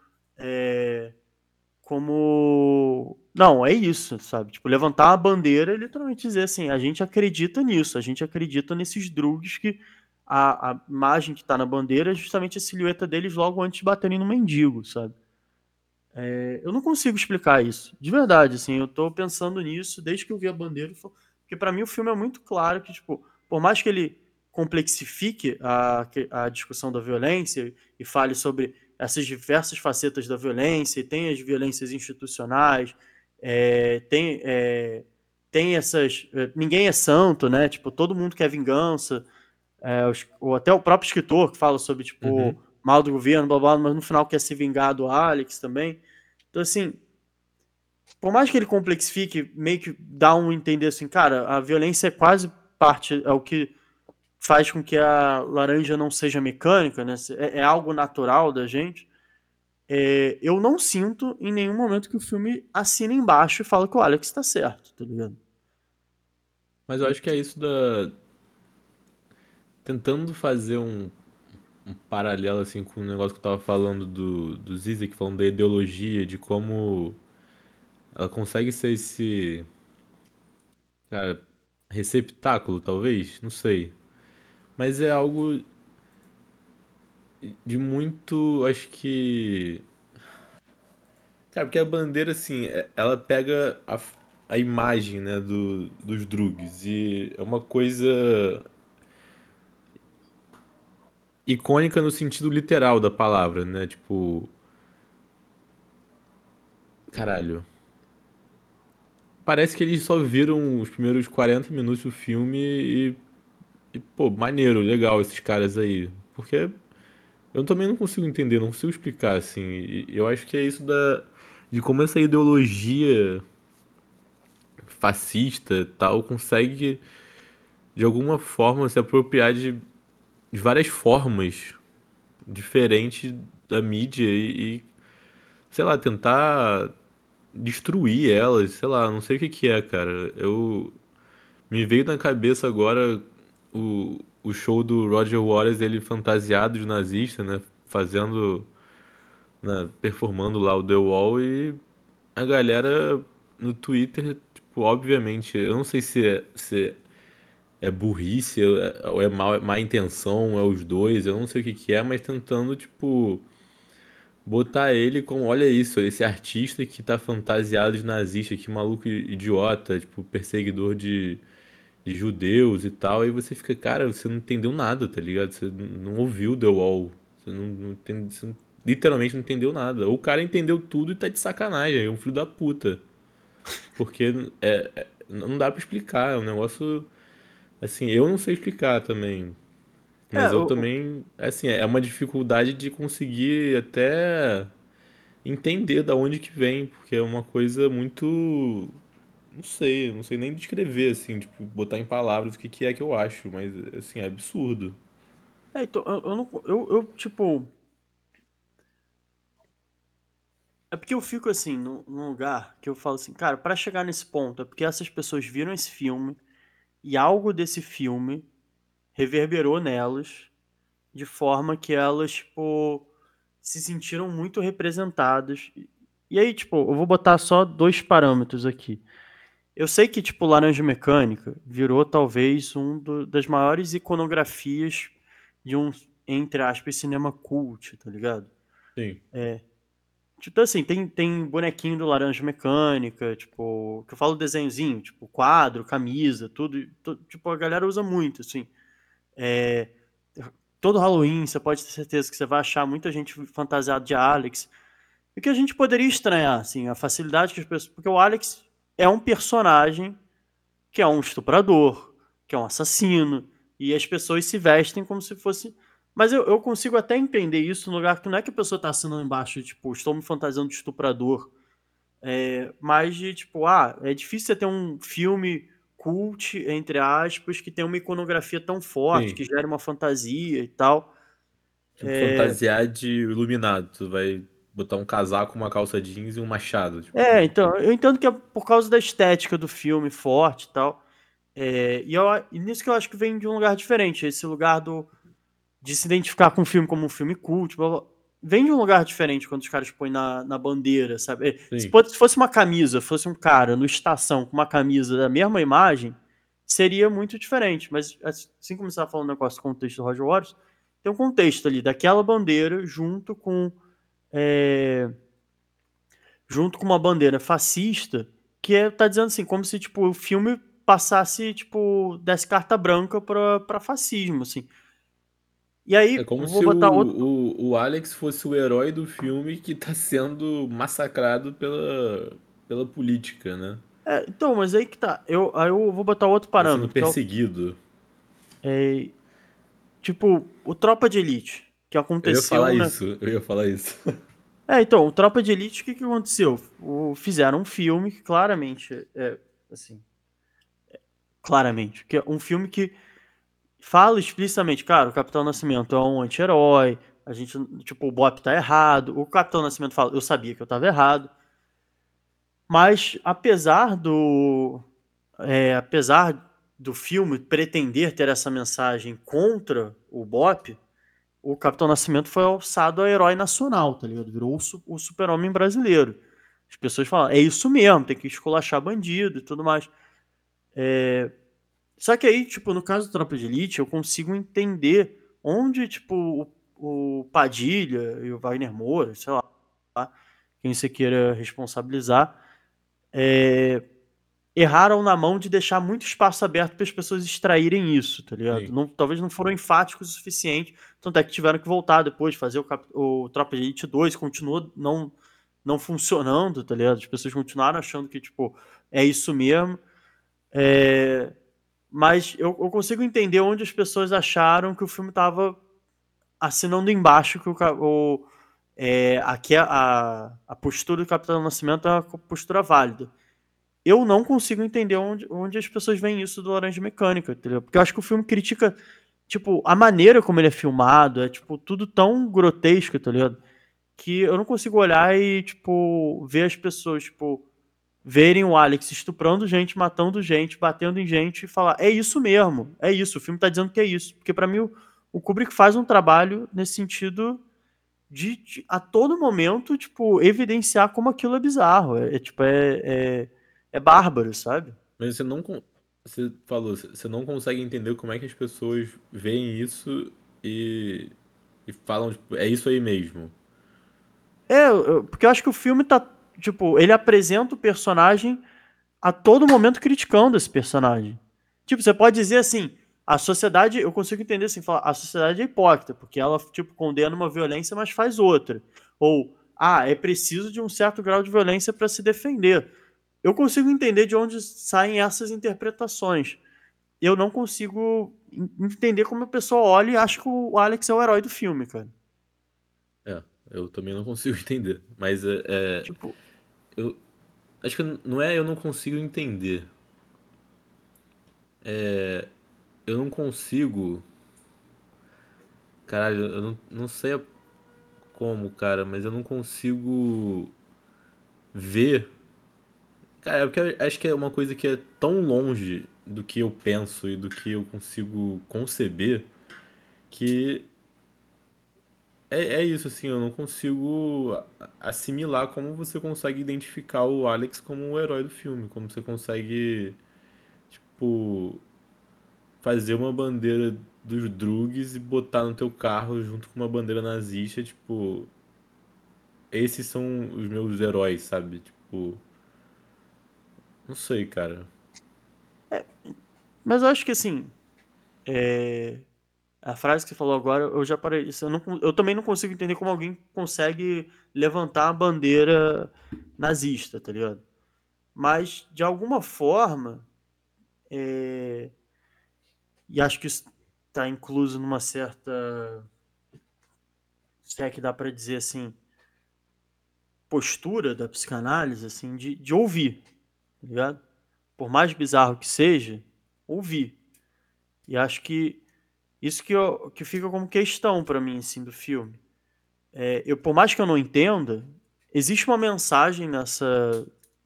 como não, é isso, sabe? Tipo, levantar a bandeira e literalmente dizer assim, a gente acredita nisso, a gente acredita nesses drugs que a imagem que tá na bandeira é justamente a silhueta deles logo antes de baterem no mendigo, sabe? Eu não consigo explicar isso, de verdade, assim, eu tô pensando nisso desde que eu vi a bandeira, porque pra mim o filme é muito claro que, tipo, por mais que ele complexifique a discussão da violência e fale sobre essas diversas facetas da violência, e tem as violências institucionais, é, tem, é, tem essas. Ninguém é santo, né? Tipo, todo mundo quer vingança, ou até o próprio escritor que fala sobre, Uhum. tipo, mal do governo, blá, blá, mas no final quer se vingar do Alex também. Então, assim, por mais que ele complexifique, meio que dá um entender assim, cara, a violência é quase parte, é o que faz com que a laranja não seja mecânica, né? É algo natural da gente. Eu não sinto em nenhum momento que o filme assina embaixo e fala que o Alex tá certo, tá ligado? Mas eu acho que é isso da. Tentando fazer um paralelo assim com o negócio que eu tava falando do Zizek, falando da ideologia, de como ela consegue ser esse, cara, receptáculo, talvez, não sei. Mas é algo de muito, acho que. Cara, porque a bandeira, assim, ela pega a imagem, né, dos drugs. E é uma coisa icônica no sentido literal da palavra, né? Tipo, caralho. Parece que eles só viram os primeiros 40 minutos do filme pô, maneiro, legal esses caras aí. Porque eu também não consigo entender, não consigo explicar, assim. E eu acho que é isso de como essa ideologia fascista e tal consegue, de alguma forma, se apropriar de várias formas diferentes da mídia sei lá, tentar destruir elas, sei lá, não sei o que que é, cara. Me veio na cabeça agora o show do Roger Waters, ele fantasiado de nazista, né? Fazendo, né, performando lá o The Wall e a galera no Twitter, tipo, tipo, obviamente, eu não sei se é burrice, ou é má intenção, ou é os dois, eu não sei o que que é, mas tentando, tipo, botar ele como, olha isso, esse artista que tá fantasiado de nazista, que maluco idiota, tipo, perseguidor de judeus e tal, e você fica, cara, você não entendeu nada, tá ligado? Você não ouviu The Wall, literalmente não entendeu nada. Ou o cara entendeu tudo e tá de sacanagem, é um filho da puta. Porque não dá pra explicar, é um negócio, assim, eu não sei explicar também. É, Mas eu também, assim, é uma dificuldade de conseguir até entender da onde que vem, porque é uma coisa muito, não sei nem descrever, assim, tipo, botar em palavras o que que é que eu acho, mas, assim, é absurdo. então, eu não. Tipo. É porque eu fico assim, num lugar que eu falo assim, cara, pra chegar nesse ponto, é porque essas pessoas viram esse filme e algo desse filme reverberou nelas de forma que elas, tipo, se sentiram muito representadas. E aí, tipo, eu vou botar só dois parâmetros aqui. Eu sei que, tipo, Laranja Mecânica virou talvez das maiores iconografias de um, entre aspas, cinema cult, tá ligado? Sim. Tipo assim, tem bonequinho do Laranja Mecânica, tipo, que eu falo desenhozinho, tipo, quadro, camisa, tudo, tipo, a galera usa muito, assim. É, todo Halloween, você pode ter certeza que você vai achar muita gente fantasiada de Alex. E que a gente poderia estranhar, assim, a facilidade que as pessoas. Porque o Alex é um personagem que é um estuprador, que é um assassino, e as pessoas se vestem como se fosse. Mas eu consigo até entender isso no lugar que não é que a pessoa tá assinando embaixo, tipo, estou me fantasiando de estuprador, mas de tipo, é difícil você ter um filme cult, entre aspas, que tem uma iconografia tão forte, Sim. que gere uma fantasia e tal. Tipo, fantasiar de iluminado. Tu vai botar um casaco, uma calça jeans e um machado. Tipo, Então, eu entendo que é por causa da estética do filme forte e tal. E nisso que eu acho que vem de um lugar diferente, esse lugar de se identificar com o filme como um filme cult, blá, blá. Vem de um lugar diferente quando os caras põem na bandeira, sabe? Se sim. fosse uma camisa, fosse um cara no Estação com uma camisa da mesma imagem, seria muito diferente. Mas assim como você estava falando o negócio do contexto do Roger Waters, tem um contexto ali daquela bandeira é, junto com uma bandeira fascista que tá dizendo assim, como se tipo, o filme passasse, tipo, desse carta branca pra fascismo, assim. E É aí, como vou se botar outro. o Alex fosse o herói do filme que tá sendo massacrado pela política, né? Então, mas aí que tá. Aí eu vou botar outro Tá sendo parâmetro, que perseguido. é, tipo, o Tropa de Elite, que Eu ia falar aconteceu, né? isso, eu ia falar isso. Então, o Tropa de Elite, o que que aconteceu? Fizeram um filme que claramente, assim, claramente, que é um filme que fala explicitamente, cara, o Capitão Nascimento é um anti-herói, a gente, tipo, o Bop tá errado, o Capitão Nascimento fala, eu sabia que eu tava errado, mas apesar do filme pretender ter essa mensagem contra o Bop, o Capitão Nascimento foi alçado a herói nacional, tá ligado? Virou o super-homem brasileiro. As pessoas falam, é isso mesmo, tem que esculachar bandido e tudo mais. Só que aí, tipo, no caso do Tropa de Elite, eu consigo entender onde, tipo, o Padilha e o Wagner Moura, sei lá, quem você queira responsabilizar, é, erraram na mão de deixar muito espaço aberto para as pessoas extraírem isso, tá ligado? Sim. Talvez não foram enfáticos o suficiente, tanto é que tiveram que voltar depois, fazer o Tropa de Elite 2, continua não funcionando, tá ligado? As pessoas continuaram achando que, tipo, é isso mesmo. Mas eu consigo entender onde as pessoas acharam que o filme tava assinando embaixo que aqui a postura do Capitão Nascimento é uma postura válida. Eu não consigo entender onde as pessoas veem isso do Laranja Mecânica, entendeu? Porque eu acho que o filme critica, tipo, a maneira como ele é filmado, é, tipo, tudo tão grotesco, tá ligado? Que eu não consigo olhar e, tipo, ver as pessoas, tipo, verem o Alex estuprando gente, matando gente, batendo em gente e falar, é isso mesmo, é isso, o filme tá dizendo que é isso. Porque pra mim o Kubrick faz um trabalho nesse sentido a todo momento, tipo, evidenciar como aquilo é bizarro. Tipo, é bárbaro, sabe? Mas você falou, você não consegue entender como é que as pessoas veem isso e, e falam, tipo, é isso aí mesmo. Porque eu acho que o filme tá, tipo, ele apresenta o personagem a todo momento criticando esse personagem. Tipo, você pode dizer assim, a sociedade, eu consigo entender assim, falar, a sociedade é hipócrita, porque ela, tipo, condena uma violência, mas faz outra. Ou, é preciso de um certo grau de violência para se defender. Eu consigo entender de onde saem essas interpretações. Eu não consigo entender como a pessoa olha e acha que o Alex é o herói do filme, cara. É, eu também não consigo entender. Mas Tipo, eu acho que não é eu não consigo entender. Eu não consigo. Caralho, eu não sei como, cara, mas eu não consigo ver. Cara, é porque eu acho que é uma coisa que é tão longe do que eu penso e do que eu consigo conceber que é isso, assim, eu não consigo assimilar como você consegue identificar o Alex como o herói do filme, como você consegue, tipo, fazer uma bandeira dos Drugs e botar no teu carro junto com uma bandeira nazista, tipo, esses são os meus heróis, sabe? Tipo, não sei, cara. mas eu acho que assim, é, a frase que você falou agora, eu já parei. Isso eu também não consigo entender como alguém consegue levantar a bandeira nazista, tá ligado? Mas, de alguma forma, e acho que isso está incluso numa certa, se é que dá para dizer assim, postura da psicanálise, assim, de ouvir, tá ligado? Por mais bizarro que seja, ouvir. E acho que isso que fica como questão para mim, assim, do filme. Por mais que eu não entenda, existe uma mensagem nessa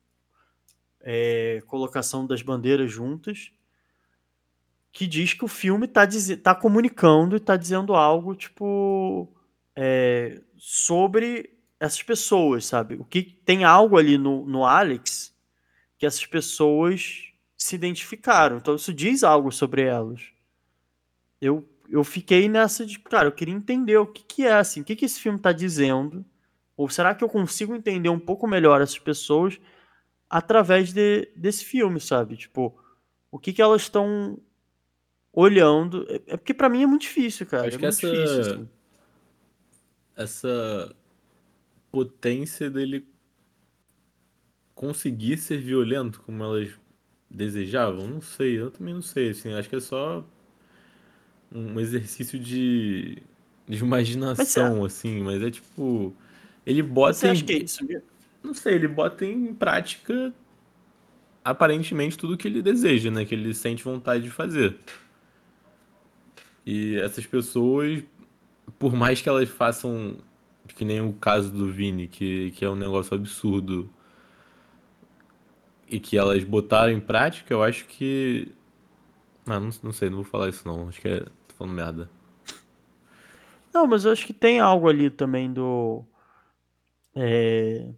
colocação das bandeiras juntas que diz que o filme tá comunicando e tá dizendo algo, tipo, sobre essas pessoas, sabe? O que tem algo ali no Alex que essas pessoas se identificaram. Então isso diz algo sobre elas. Eu fiquei nessa de, cara, eu queria entender o que é assim, o que esse filme tá dizendo. Ou será que eu consigo entender um pouco melhor essas pessoas através desse filme, sabe? Tipo, o que elas estão olhando. Porque pra mim é muito difícil, Eu cara. É acho que muito difícil, assim. essa potência dele conseguir ser violento como elas desejavam, não sei, eu também não sei, assim, acho que é só um exercício de Mas você, imaginação, assim, mas é tipo, ele mas você bota acha que é em, isso mesmo? não sei, ele bota em prática aparentemente tudo que ele deseja, né, que ele sente vontade de fazer. E essas pessoas, por mais que elas façam, que nem o caso do Vini, que é um negócio absurdo, e que elas botaram em prática, eu acho que. Ah, não sei, não vou falar isso não. Acho que tô falando merda. Não, mas eu acho que tem algo ali também do. é,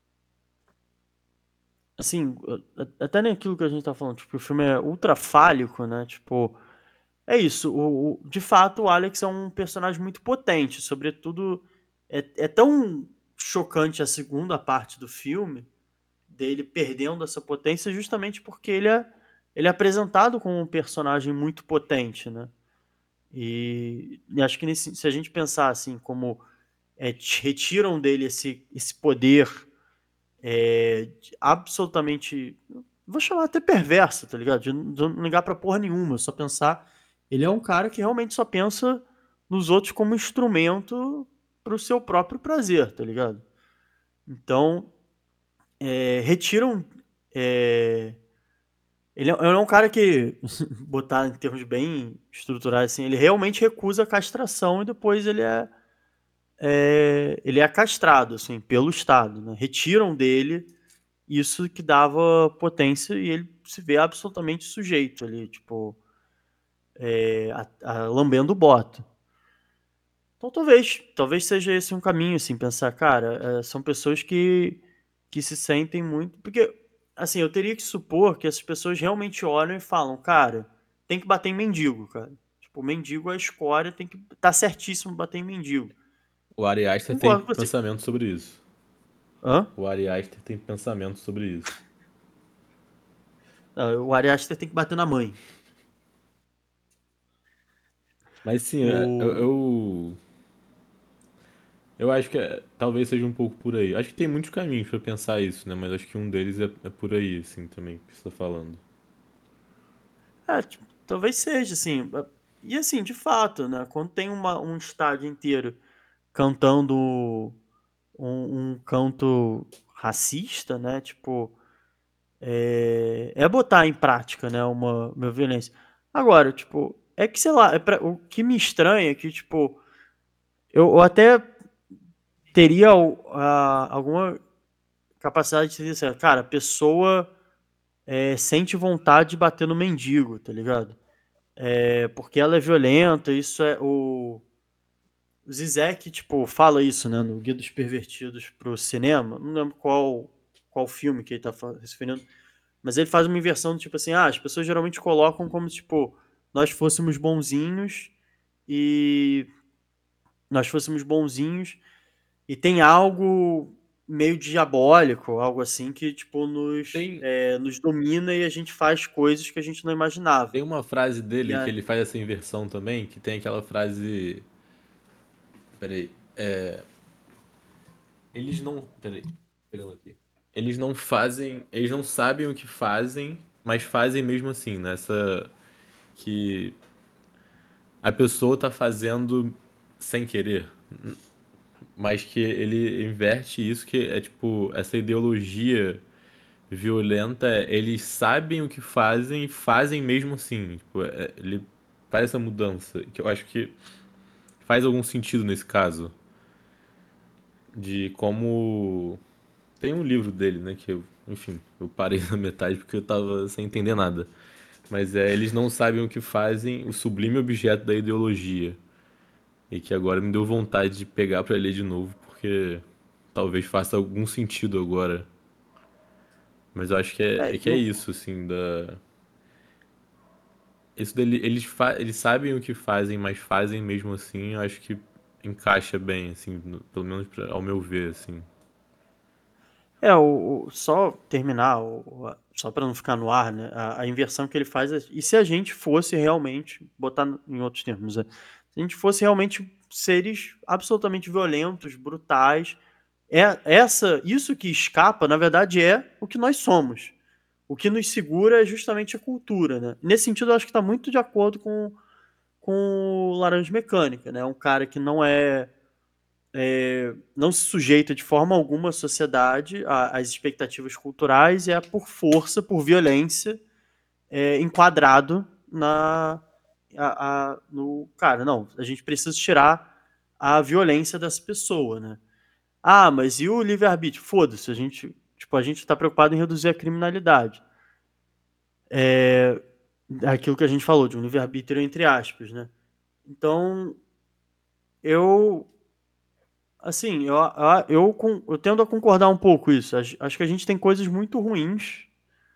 assim, até nem aquilo que a gente tá falando, tipo, o filme é ultra fálico, né? Tipo, é isso. De fato, o Alex é um personagem muito potente. Sobretudo, é tão chocante a segunda parte do filme, dele perdendo essa potência, justamente porque ele é apresentado como um personagem muito potente, né? E acho que se a gente pensar assim, como retiram dele esse poder absolutamente. Vou chamar até perverso, tá ligado? De não ligar pra porra nenhuma, só pensar. Ele é um cara que realmente só pensa nos outros como instrumento pro seu próprio prazer, tá ligado? Então, retiram. é, ele é um cara que, botar em termos bem estruturais assim, ele realmente recusa a castração e depois ele é castrado, assim, pelo Estado, né? Retiram dele isso que dava potência e ele se vê absolutamente sujeito ali, tipo, lambendo o bota. Então talvez seja esse um caminho, assim, pensar, cara, são pessoas que se sentem muito. Porque assim, eu teria que supor que essas pessoas realmente olham e falam, cara, tem que bater em mendigo, cara. Tipo, mendigo é a escória, tem que tá certíssimo bater em mendigo. O Ari Aster tem Concordo com você. pensamento sobre isso. Hã? O Ari Aster tem pensamento sobre isso. Não, o Ari Aster tem que bater na mãe. Mas sim, O... eu acho que talvez seja um pouco por aí. Acho que tem muitos caminhos pra pensar isso, né? Mas acho que um deles é por aí, assim, também, que você tá falando. Tipo, talvez seja, assim. E assim, de fato, né? Quando tem um estádio inteiro cantando um canto racista, né? Tipo, é botar em prática, né? Uma violência. Agora, tipo, é que, sei lá, o que me estranha é que, tipo, eu até teria alguma capacidade de dizer assim, cara, a pessoa sente vontade de bater no mendigo, tá ligado? Porque ela é violenta, isso é o Zizek, tipo, fala isso, né, no Guia dos Pervertidos pro cinema. Não lembro qual filme que ele tá se referindo, mas ele faz uma inversão do tipo assim, as pessoas geralmente colocam como tipo, nós fôssemos bonzinhos e nós fôssemos bonzinhos e tem algo meio diabólico, algo assim que tipo Tem, nos domina e a gente faz coisas que a gente não imaginava. tem uma frase E dele que a, ele faz essa inversão também, que tem aquela frase. Peraí. Eles não. Peraí. Pegando aqui. Eles não fazem. Eles não sabem o que fazem, mas fazem mesmo assim, nessa. Que a pessoa tá fazendo sem querer, mas que ele inverte isso, que é tipo, essa ideologia violenta, eles sabem o que fazem e fazem mesmo assim. Tipo, ele faz essa mudança, que eu acho que faz algum sentido nesse caso, de como. Tem um livro dele, né, que eu, enfim, eu parei na metade porque eu tava sem entender nada. Mas eles não sabem o que fazem, o sublime objeto da ideologia. E que agora me deu vontade de pegar pra ler de novo, porque talvez faça algum sentido agora. Mas eu acho que é, que é isso, assim, da. Isso dele, eles sabem o que fazem, mas fazem mesmo assim, eu acho que encaixa bem, assim, pelo menos ao meu ver, assim. só terminar, só para não ficar no ar, né? A inversão que ele faz é, e se a gente fosse realmente, botar em outros termos, né? Se a gente fosse realmente seres absolutamente violentos, brutais, isso que escapa, na verdade, é o que nós somos. O que nos segura é justamente a cultura, né? Nesse sentido, eu acho que está muito de acordo com o Laranja Mecânica, né? Um cara que não se sujeita de forma alguma à sociedade, às expectativas culturais, e é por força, por violência, enquadrado no cara. Não, a gente precisa tirar a violência dessa pessoa, né? Mas e o livre-arbítrio? Foda-se, a gente está preocupado em reduzir a criminalidade. Aquilo que a gente falou, de um livre-arbítrio entre aspas, né? Então, eu assim, eu tendo a concordar um pouco isso. Acho que a gente tem coisas muito ruins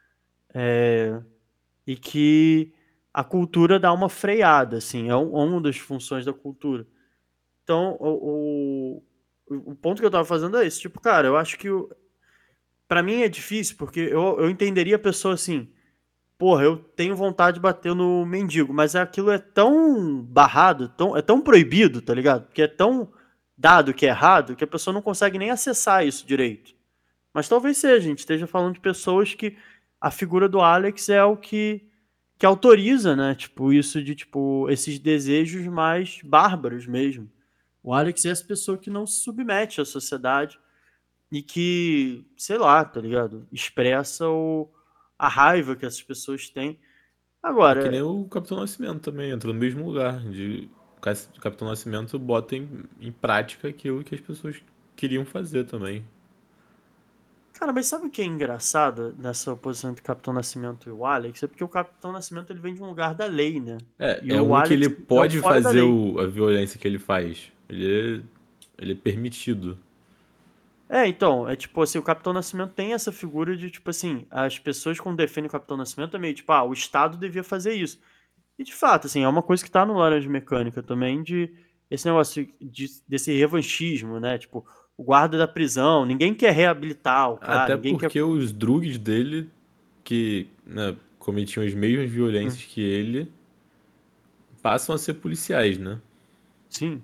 e que a cultura dá uma freada, assim, uma das funções da cultura. Então, o ponto que eu tava fazendo é esse, tipo, cara, eu acho que para mim é difícil, porque eu entenderia a pessoa assim, porra, eu tenho vontade de bater no mendigo, mas aquilo é tão barrado, é tão proibido, tá ligado? Porque é tão dado que é errado que a pessoa não consegue nem acessar isso direito. Mas talvez seja, a gente esteja falando de pessoas que a figura do Alex é o que autoriza, né? Tipo, isso de, tipo, esses desejos mais bárbaros mesmo. O Alex é essa pessoa que não se submete à sociedade e que, sei lá, tá ligado? Expressa a raiva que essas pessoas têm. É que nem Agora, o Capitão Nascimento também, entra no mesmo lugar, de o Capitão Nascimento bota em prática aquilo que as pessoas queriam fazer também. cara, mas sabe o que é engraçado nessa oposição entre o Capitão Nascimento e o Alex? É porque o Capitão Nascimento ele vem de um lugar da lei, né? E É o um que Alex ele é o pode fora da fazer lei. a violência que ele faz. Ele é permitido. Então, é tipo assim, o Capitão Nascimento tem essa figura de, tipo assim, as pessoas quando defendem o Capitão Nascimento é meio tipo, o Estado devia fazer isso. E de fato, assim, é uma coisa que tá no Laranja Mecânica também, de esse negócio desse revanchismo, né? Tipo, o guarda da prisão, ninguém quer reabilitar o cara, Até ninguém quer. porque os drugs dele, que, né, cometiam as mesmas Hum, violências que ele, passam a ser policiais, né? sim.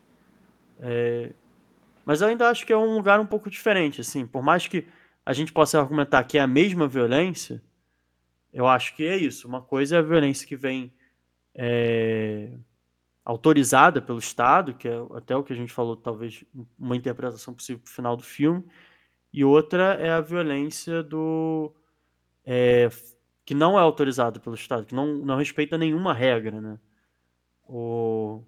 Mas eu ainda acho que é um lugar um pouco diferente, assim. Por mais que a gente possa argumentar que é a mesma violência, eu acho que é isso. Uma coisa é a violência que vem autorizada pelo Estado, que é até o que a gente falou, talvez uma interpretação possível pro final do filme, e outra é a violência é, que não é autorizada pelo Estado, que não respeita nenhuma regra, né? O,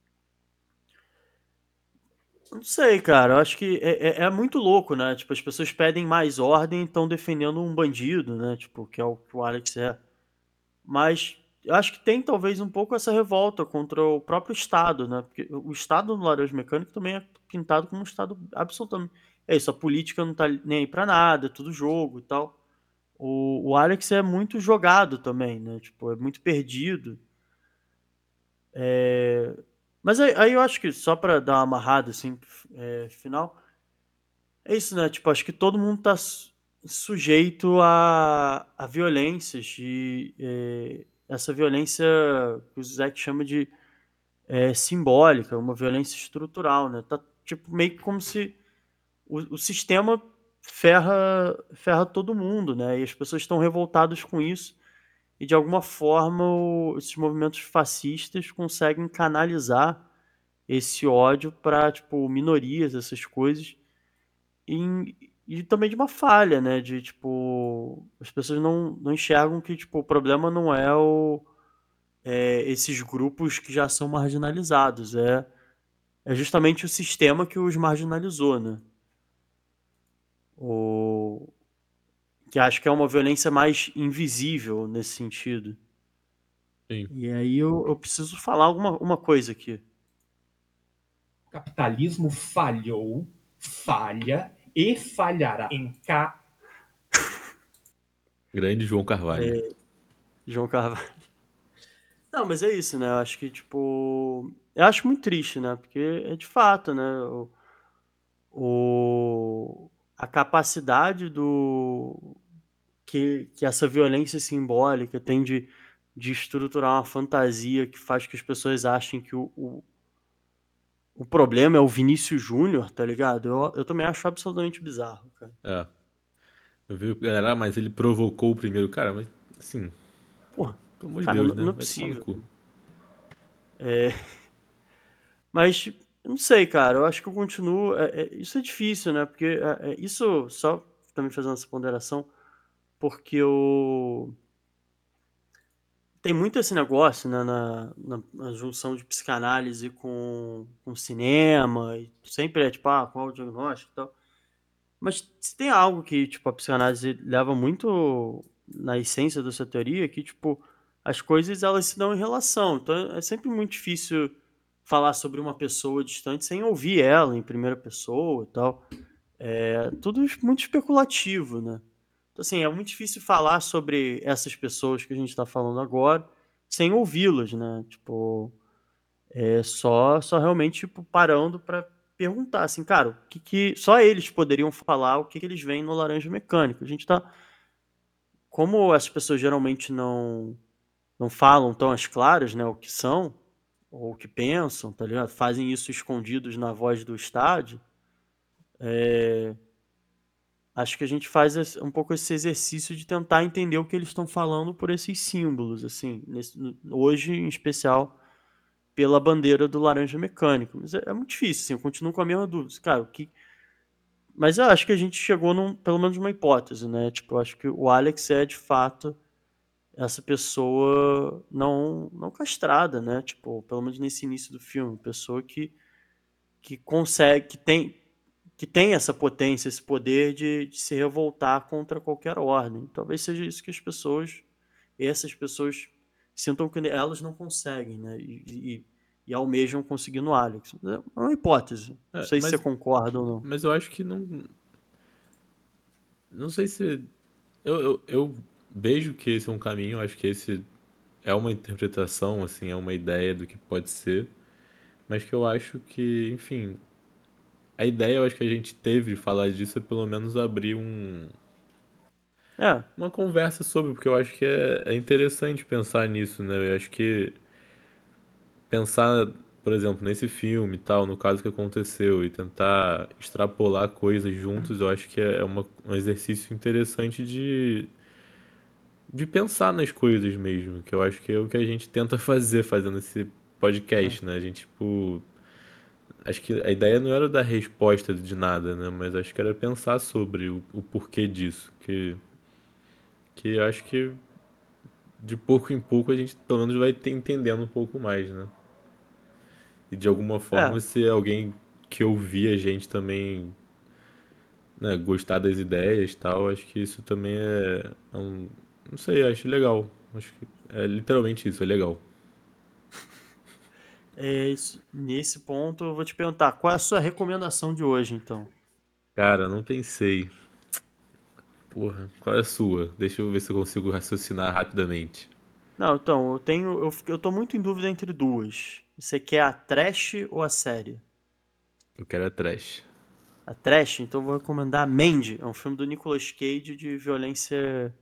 não sei, cara, eu acho que é muito louco, né? Tipo, as pessoas pedem mais ordem e estão defendendo um bandido, né? Tipo, que é o que o Alex é. Mas eu acho que tem talvez um pouco essa revolta contra o próprio Estado, né? Porque o Estado no Laranja Mecânico também é pintado como um Estado absolutamente. É isso, a política não tá nem aí pra nada, é tudo jogo e tal. O Alex é muito jogado também, né? Tipo, é muito perdido. Mas aí eu acho que só pra dar uma amarrada, assim, final, é isso, né? Tipo, acho que todo mundo tá sujeito a violências e essa violência que o Zeke chama de simbólica, uma violência estrutural, né? Tá tipo meio que como se o sistema ferra todo mundo, né? E as pessoas estão revoltadas com isso e de alguma forma esses movimentos fascistas conseguem canalizar esse ódio para tipo minorias, essas coisas e também de uma falha, né? De tipo, as pessoas não enxergam que tipo, o problema não é esses grupos que já são marginalizados, é justamente o sistema que os marginalizou, né? O, que acho que é uma violência mais invisível nesse sentido. Sim. E aí eu preciso falar uma coisa aqui. O capitalismo falhou, falha e falhará em Grande João Carvalho. João Carvalho. Não, mas é isso, né? Eu acho que, tipo. Eu acho muito triste, né? Porque é de fato, né? A capacidade que essa violência simbólica tem de estruturar uma fantasia que faz que as pessoas achem que o problema é o Vinícius Júnior, tá ligado? Eu também acho absolutamente bizarro, cara. É. Eu vi, galera, mas ele provocou o primeiro. Cara, mas assim, Porra, pelo amor de cara, Deus, não né? é Vai tomar no possível. cu. Mas, eu não sei, cara, eu acho que eu continuo. Isso é difícil, né? Porque isso, só também fazendo essa ponderação, porque tem muito esse negócio, né, na junção de psicanálise com cinema, e sempre é tipo, qual o diagnóstico e tal. Mas se tem algo que, tipo, a psicanálise leva muito na essência dessa teoria, que, tipo, as coisas elas se dão em relação. Então é sempre muito difícil falar sobre uma pessoa distante sem ouvir ela em primeira pessoa e tal. É tudo muito especulativo, né? Então, assim, é muito difícil falar sobre essas pessoas que a gente está falando agora sem ouvi-las, né? Tipo, só realmente tipo, parando para perguntar, assim, cara, o que só eles poderiam falar o que eles veem no Laranja Mecânico. A gente tá, como as pessoas geralmente não falam tão às claras, né, o que são ou o que pensam, tá ligado? Fazem isso escondidos na voz do estádio. Acho que a gente faz um pouco esse exercício de tentar entender o que eles estão falando por esses símbolos, assim, hoje em especial pela bandeira do laranja mecânico. Mas é muito difícil, assim, eu continuo com a mesma dúvida. Cara, mas eu acho que a gente chegou pelo menos uma hipótese, né? Tipo, eu acho que o Alex é de fato essa pessoa não castrada, né? Tipo, pelo menos nesse início do filme, pessoa que consegue, que tem essa potência, esse poder de se revoltar contra qualquer ordem. Talvez seja isso que essas pessoas sintam que elas não conseguem, né? e almejam conseguir no Alex. É uma hipótese. Não É, sei se você concorda ou não. mas eu acho que não. Não sei se. Eu vejo que esse é um caminho, acho que esse é uma interpretação, assim, é uma ideia do que pode ser, mas que eu acho que, enfim, a ideia eu acho que a gente teve de falar disso é pelo menos abrir É, uma conversa sobre, porque eu acho que é interessante pensar nisso, né? Eu acho que pensar, por exemplo, nesse filme e tal, no caso que aconteceu, e tentar extrapolar coisas juntos, eu acho que é um exercício interessante de pensar nas coisas mesmo, que eu acho que é o que a gente tenta fazer fazendo esse é. podcast, né? A gente, tipo, acho que a ideia não era dar resposta de nada, né? Mas acho que era pensar sobre o porquê disso, que eu acho que de pouco em pouco a gente pelo menos vai ter entendendo um pouco mais, né? E de alguma É, forma, se alguém que ouvir a gente também, né, gostar das ideias e tal, acho que isso também é um. Não sei, acho legal. Acho que é literalmente isso, é legal. nesse ponto eu vou te perguntar, qual é a sua recomendação de hoje, então? Cara, não pensei. Porra, qual é a sua? Deixa eu ver se eu consigo raciocinar rapidamente. Não, então, eu tô muito em dúvida entre duas. Você quer a trash ou a série? Eu quero a trash. A trash, então eu vou recomendar Mandy, é um filme do Nicolas Cage de violência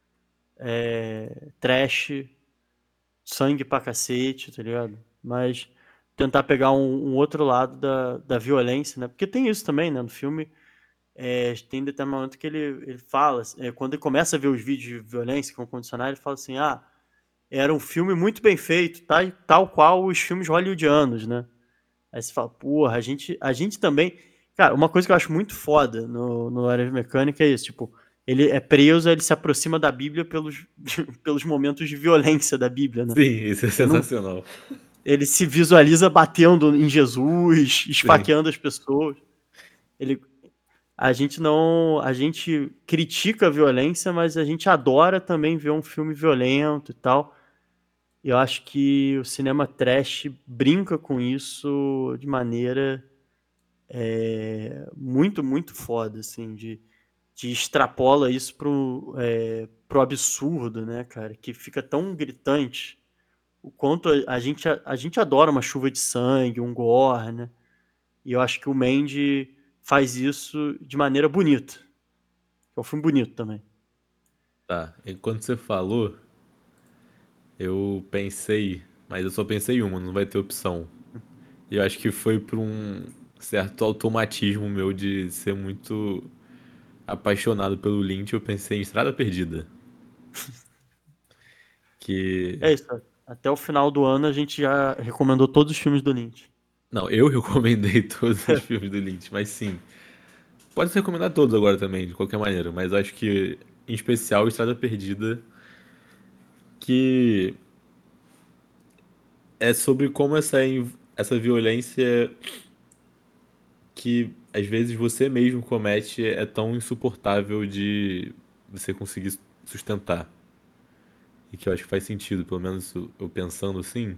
trash, sangue pra cacete, tá ligado? Mas tentar pegar um outro lado da violência, né? Porque tem isso também, né? No filme, tem determinado momento que ele fala, quando ele começa a ver os vídeos de violência que vão condicionar, ele fala assim, era um filme muito bem feito, tá? Tal qual os filmes hollywoodianos, né? Aí você fala, porra, a gente também. Cara, uma coisa que eu acho muito foda no Laranja Mecânica é isso, tipo, ele é preso, ele se aproxima da Bíblia pelos, pelos momentos de violência da Bíblia, né? Sim, isso é Ele, não, sensacional. ele se visualiza batendo em Jesus, Sim. esfaqueando as pessoas. Ele, a gente critica a violência, mas a gente adora também ver um filme violento e tal. E eu acho que o cinema trash brinca com isso de maneira muito, muito foda, assim, de extrapola isso pro absurdo, né, cara? Que fica tão gritante. O quanto a gente adora uma chuva de sangue, um gore, né? E eu acho que o Mandy faz isso de maneira bonita. É um filme bonito também. Tá. Enquanto você falou, eu pensei, mas eu só pensei uma, não vai ter opção. E eu acho que foi por um certo automatismo meu de ser muito apaixonado pelo Lynch, eu pensei em Estrada Perdida. Que. É isso. Até o final do ano a gente já recomendou todos os filmes do Lynch. Não, eu recomendei todos os filmes do Lynch, mas sim. Pode se recomendar todos agora também, de qualquer maneira, mas eu acho que, em especial, Estrada Perdida, que é sobre como essa violência que às vezes você mesmo comete é tão insuportável de você conseguir sustentar. E que eu acho que faz sentido, pelo menos eu pensando assim,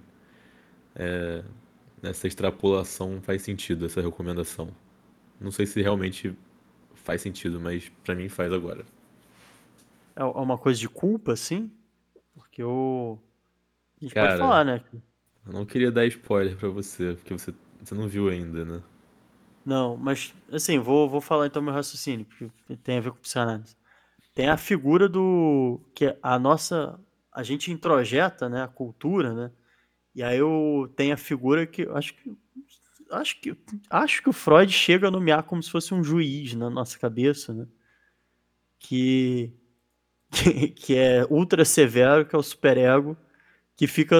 nessa extrapolação faz sentido essa recomendação. Não sei se realmente faz sentido, mas pra mim faz agora. É uma coisa de culpa, assim? Porque a gente pode Cara, falar, né? eu não queria dar spoiler pra você, porque você não viu ainda, né? Não, mas assim, vou falar então meu raciocínio, porque tem a ver com psicanálise. Tem a figura do que a gente introjeta, né, a cultura, né? E aí eu tenho a figura que eu acho que acho que o Freud chega a nomear como se fosse um juiz na nossa cabeça, né? Que que é ultra severo, que é o superego, que fica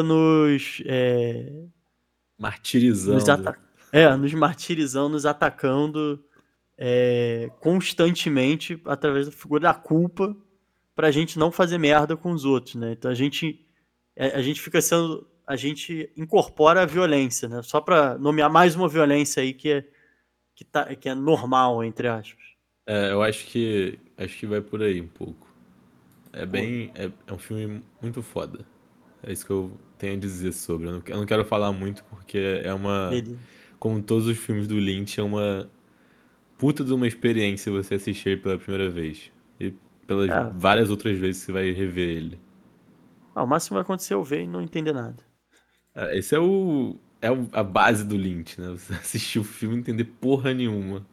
nos, Martirizando. ata nos martirizando, nos atacando constantemente através da figura da culpa pra gente não fazer merda com os outros, né? Então a gente fica sendo, a gente incorpora a violência, né? Só pra nomear mais uma violência aí que é normal, entre aspas. É, eu acho que vai por aí um pouco. É Pô, bem. É um filme muito foda. É isso que eu tenho a dizer sobre. Eu não quero falar muito porque é uma. Beleza. Como todos os filmes do Lynch, é uma puta de uma experiência você assistir ele pela primeira vez. E pelas É, várias outras vezes que você vai rever ele. o máximo que vai acontecer é eu ver e não entender nada. Esse a base do Lynch, né? Você assistir o filme e entender porra nenhuma.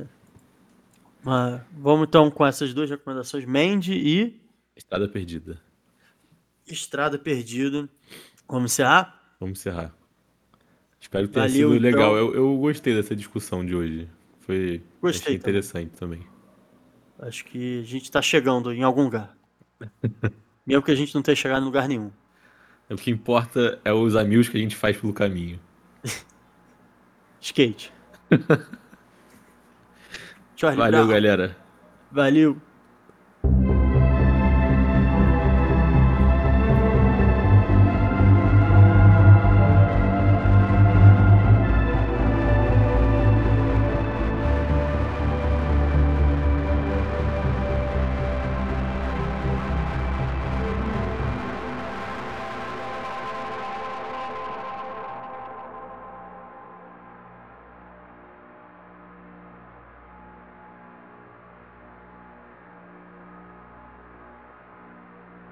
Mas vamos então com essas duas recomendações, Mandy e Estrada Perdida. Estrada Perdida. Vamos encerrar? Vamos encerrar. Espero que tenha Valeu, sido legal. então. Eu gostei dessa discussão de hoje. Achei Gostei também. interessante também. Acho que a gente tá chegando em algum lugar. Mesmo que a gente não tenha chegado em lugar nenhum. O que importa é os amigos que a gente faz pelo caminho. Skate. Charlie Valeu, Brown. galera. Valeu.